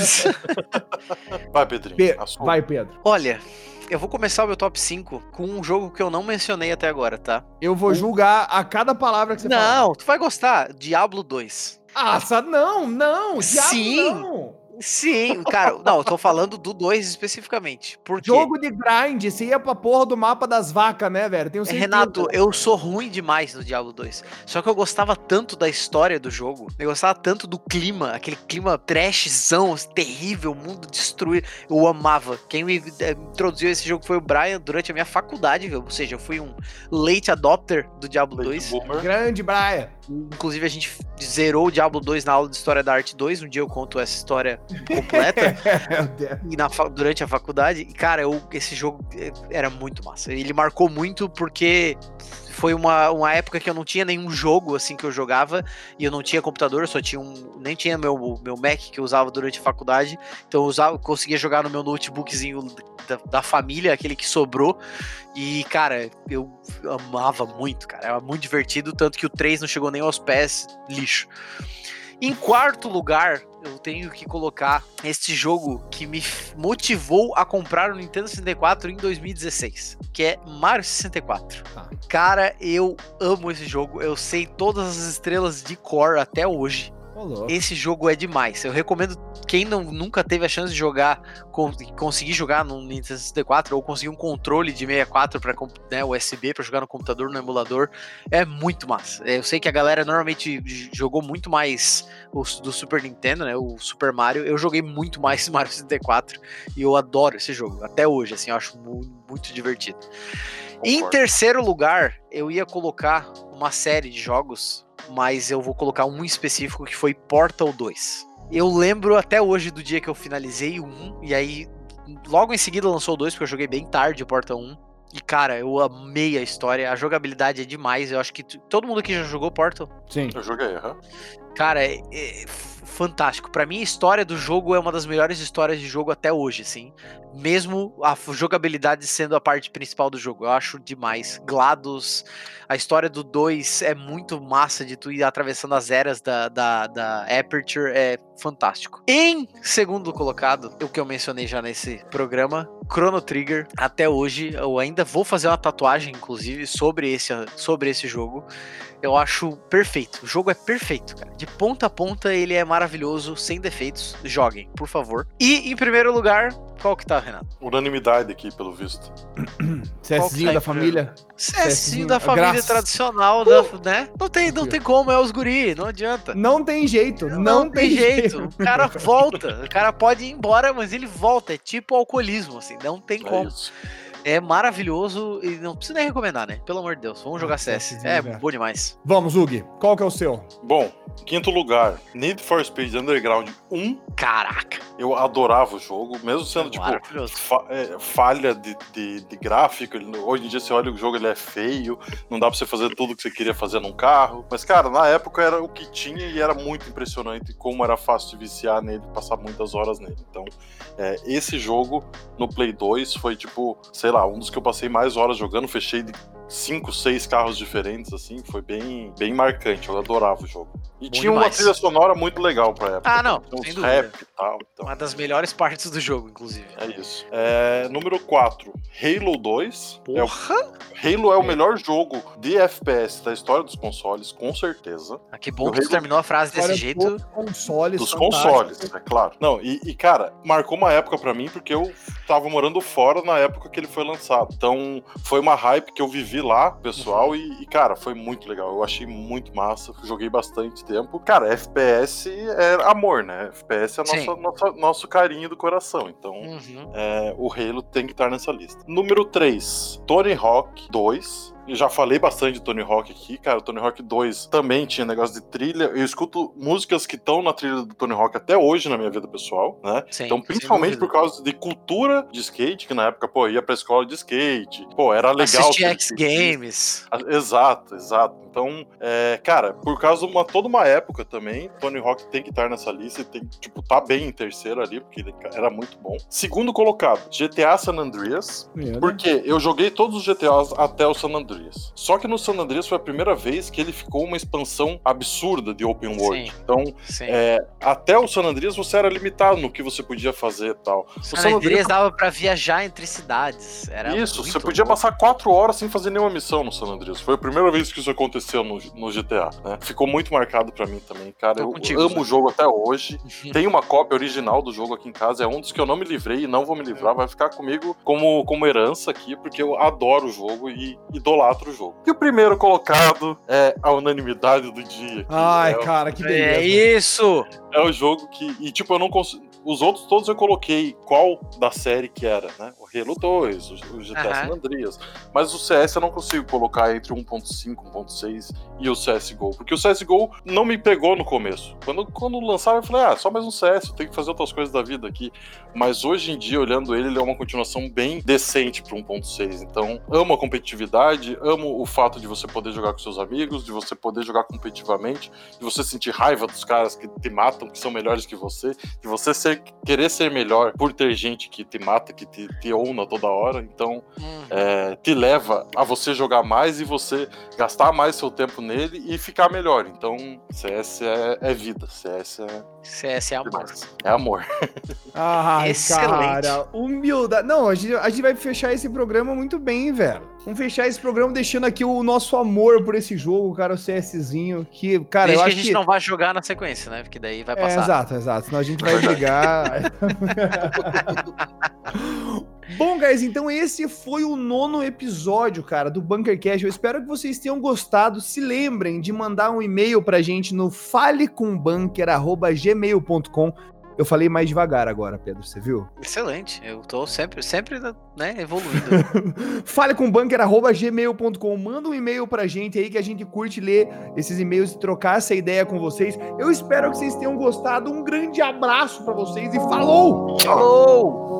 Vai, Pedrinho. Vai, Pedro. Olha, eu vou começar o meu top 5 com um jogo que eu não mencionei até agora, tá? Eu vou julgar a cada palavra que você fala. Não, tu vai gostar. Diablo 2. Não, Diablo Sim. não. Sim, cara, não, eu tô falando do 2 especificamente. Por quê? Jogo de grind, você ia pra porra do mapa das vacas, né, velho? Tenho certeza. Renato, eu sou ruim demais no Diablo 2. Só que eu gostava tanto da história do jogo, eu gostava tanto do clima, aquele clima trashzão, terrível, mundo destruído. Eu amava. Quem me introduziu esse jogo foi o Brian durante a minha faculdade, ou seja, eu fui um late adopter do Diablo 2. Grande, Brian. Inclusive, a gente zerou o Diablo 2 na aula de História da Arte 2. Um dia eu conto essa história completa. E durante a faculdade. E, cara, esse jogo era muito massa. Ele marcou muito porque foi uma época que eu não tinha nenhum jogo assim que eu jogava. E eu não tinha computador, só tinha nem tinha meu Mac que eu usava durante a faculdade. Então eu conseguia jogar no meu notebookzinho da família, aquele que sobrou. E, cara, eu amava muito, cara. Era muito divertido, tanto que o 3 não chegou nem aos pés, lixo. Em quarto lugar, eu tenho que colocar este jogo que me motivou a comprar o Nintendo 64 em 2016, que é Mario 64. Cara, eu amo esse jogo, eu sei todas as estrelas de cor até hoje. Esse jogo é demais. Eu recomendo quem nunca teve a chance de jogar, conseguir jogar no Nintendo 64 ou conseguir um controle de 64 para USB para jogar no computador, no emulador, é muito massa. Eu sei que a galera normalmente jogou muito mais do Super Nintendo, né, o Super Mario. Eu joguei muito mais Mario 64 e eu adoro esse jogo até hoje, assim, eu acho muito divertido. Em terceiro lugar, eu ia colocar uma série de jogos, mas eu vou colocar um específico que foi Portal 2. Eu lembro até hoje do dia que eu finalizei o 1, e aí logo em seguida lançou o 2, porque eu joguei bem tarde o Portal 1. E, cara, eu amei a história, a jogabilidade é demais. Eu acho que todo mundo aqui já jogou Portal? Sim. Eu joguei, Cara, é fantástico. Pra mim, a história do jogo é uma das melhores histórias de jogo até hoje, assim. Mesmo a jogabilidade sendo a parte principal do jogo. Eu acho demais. GLaDOS, a história do 2 é muito massa de tu ir atravessando as eras da Aperture, é fantástico. Em segundo colocado, o que eu mencionei já nesse programa, Chrono Trigger. Até hoje, eu ainda vou fazer uma tatuagem, inclusive, sobre esse jogo. Eu acho perfeito. O jogo é perfeito, cara. De ponta a ponta, ele é maravilhoso, sem defeitos. Joguem, por favor. E, em primeiro lugar, qual que tá, Renato? Unanimidade aqui, pelo visto. CSzinho da família. CSzinho da família Graças. tradicional, né? Não tem como, é os guri, não adianta. Não tem jeito, não tem jeito. O cara volta, o cara pode ir embora, mas ele volta. É tipo alcoolismo, assim, não tem como. Isso. É maravilhoso e não precisa nem recomendar, né? Pelo amor de Deus, vamos jogar CS. CSzinho, É velho. bom demais. Vamos, Hugo, qual que é o seu? Bom, quinto lugar, Need for Speed Underground 1. Caraca, Eu adorava o jogo, mesmo sendo, tipo, maravilhoso. falha de gráfico. Hoje em dia você olha o jogo, ele é feio, não dá pra você fazer tudo que você queria fazer num carro. Mas, cara, na época era o que tinha e era muito impressionante como era fácil de viciar nele, passar muitas horas nele. Então, esse jogo no Play 2 foi, tipo, sei lá, um dos que eu passei mais horas jogando, fechei de 5, 6 carros diferentes, assim, foi bem, bem marcante, eu adorava o jogo. E Bom tinha demais. uma trilha sonora muito legal pra época. Ah, não, tinha sem uns dúvida. rap e tal, então. Uma das melhores partes do jogo, inclusive. É isso. Número 4, Halo 2. Porra! Halo é o melhor jogo de FPS da história dos consoles, com certeza. Ah, que bom O que tu Halo- terminou a frase desse Olha, jeito. Consoles, Dos fantástico. consoles, é claro. Não, e cara, marcou uma época pra mim, porque eu tava morando fora na época que ele foi lançado. Então, foi uma hype que eu vivi lá, pessoal, e cara, foi muito legal. Eu achei muito massa, joguei bastante tempo. Cara, FPS é amor, né? FPS é Sim. nosso carinho do coração. Então, Uhum. o Halo tem que estar nessa lista. Número 3, Tony Hawk 2. Eu já falei bastante de Tony Hawk aqui, cara. O Tony Hawk 2 também tinha negócio de trilha. Eu escuto músicas que estão na trilha do Tony Hawk até hoje na minha vida pessoal, né? Sim, Então, sem principalmente dúvida. por causa de cultura de skate, que na época, pô, ia pra escola de skate. Pô, era legal. Assistir ser X skatista. Games. Exato. Então, cara, por causa de toda uma época também, Tony Hawk tem que estar nessa lista e tem que, tipo, tá bem em terceiro ali, porque ele era muito bom. Segundo colocado, GTA San Andreas. Porque eu joguei todos os GTAs até o San Andreas. Só que no San Andreas foi a primeira vez que ele ficou uma expansão absurda de open world. Sim. Então, Sim. até o San Andreas você era limitado no que você podia fazer e tal. O San Andreas dava pra viajar entre cidades. Era isso, muito você podia bom. passar 4 horas sem fazer nenhuma missão no San Andreas. Foi a primeira vez que isso aconteceu no GTA, né? Ficou muito marcado pra mim também, cara. Tô Eu contigo, amo Zé. o jogo até hoje. Tem uma cópia original do jogo aqui em casa. É um dos que eu não me livrei e não vou me livrar. Vai ficar comigo como herança aqui, porque eu adoro o jogo e idolatro o jogo. E o primeiro colocado é a unanimidade do dia. que Ai, é, cara, que É beleza. isso! é o jogo que... E, tipo, eu não consigo... Os outros todos eu coloquei qual da série que era, né? O Halo 2, o GTA San Andreas. Mas o CS eu não consigo colocar entre 1.5, 1.6 e o CSGO. Porque o CSGO não me pegou no começo. Quando lançava eu falei, só mais um CS, eu tenho que fazer outras coisas da vida aqui. Mas hoje em dia, olhando ele é uma continuação bem decente pro 1.6. Então, amo a competitividade, amo o fato de você poder jogar com seus amigos, de você poder jogar competitivamente, de você sentir raiva dos caras que te matam, que são melhores que você, de você querer ser melhor por ter gente que te mata, que te ouna toda hora. Então, te leva a você jogar mais e você gastar mais seu tempo nele e ficar melhor. Então, CS é vida. CS é amor. É amor. Ai, Excelente. cara, humildade. Não, a gente vai fechar esse programa muito bem, velho. Vamos fechar esse programa deixando aqui o nosso amor por esse jogo, cara, o CSzinho, que, cara, Desde eu que acho a gente não vai jogar na sequência, né? Porque daí vai passar. Exato, senão a gente vai brigar. Bom, guys, então esse foi o 9º episódio, cara, do BunkerCast. Eu espero que vocês tenham gostado. Se lembrem de mandar um e-mail pra gente no falecombunker@gmail.com. Eu falei mais devagar agora, Pedro, você viu? Excelente. Eu tô sempre, né, evoluindo. falecombunker@gmail.com. Manda um e-mail pra gente aí que a gente curte ler esses e-mails e trocar essa ideia com vocês. Eu espero que vocês tenham gostado. Um grande abraço pra vocês e falou! Falou!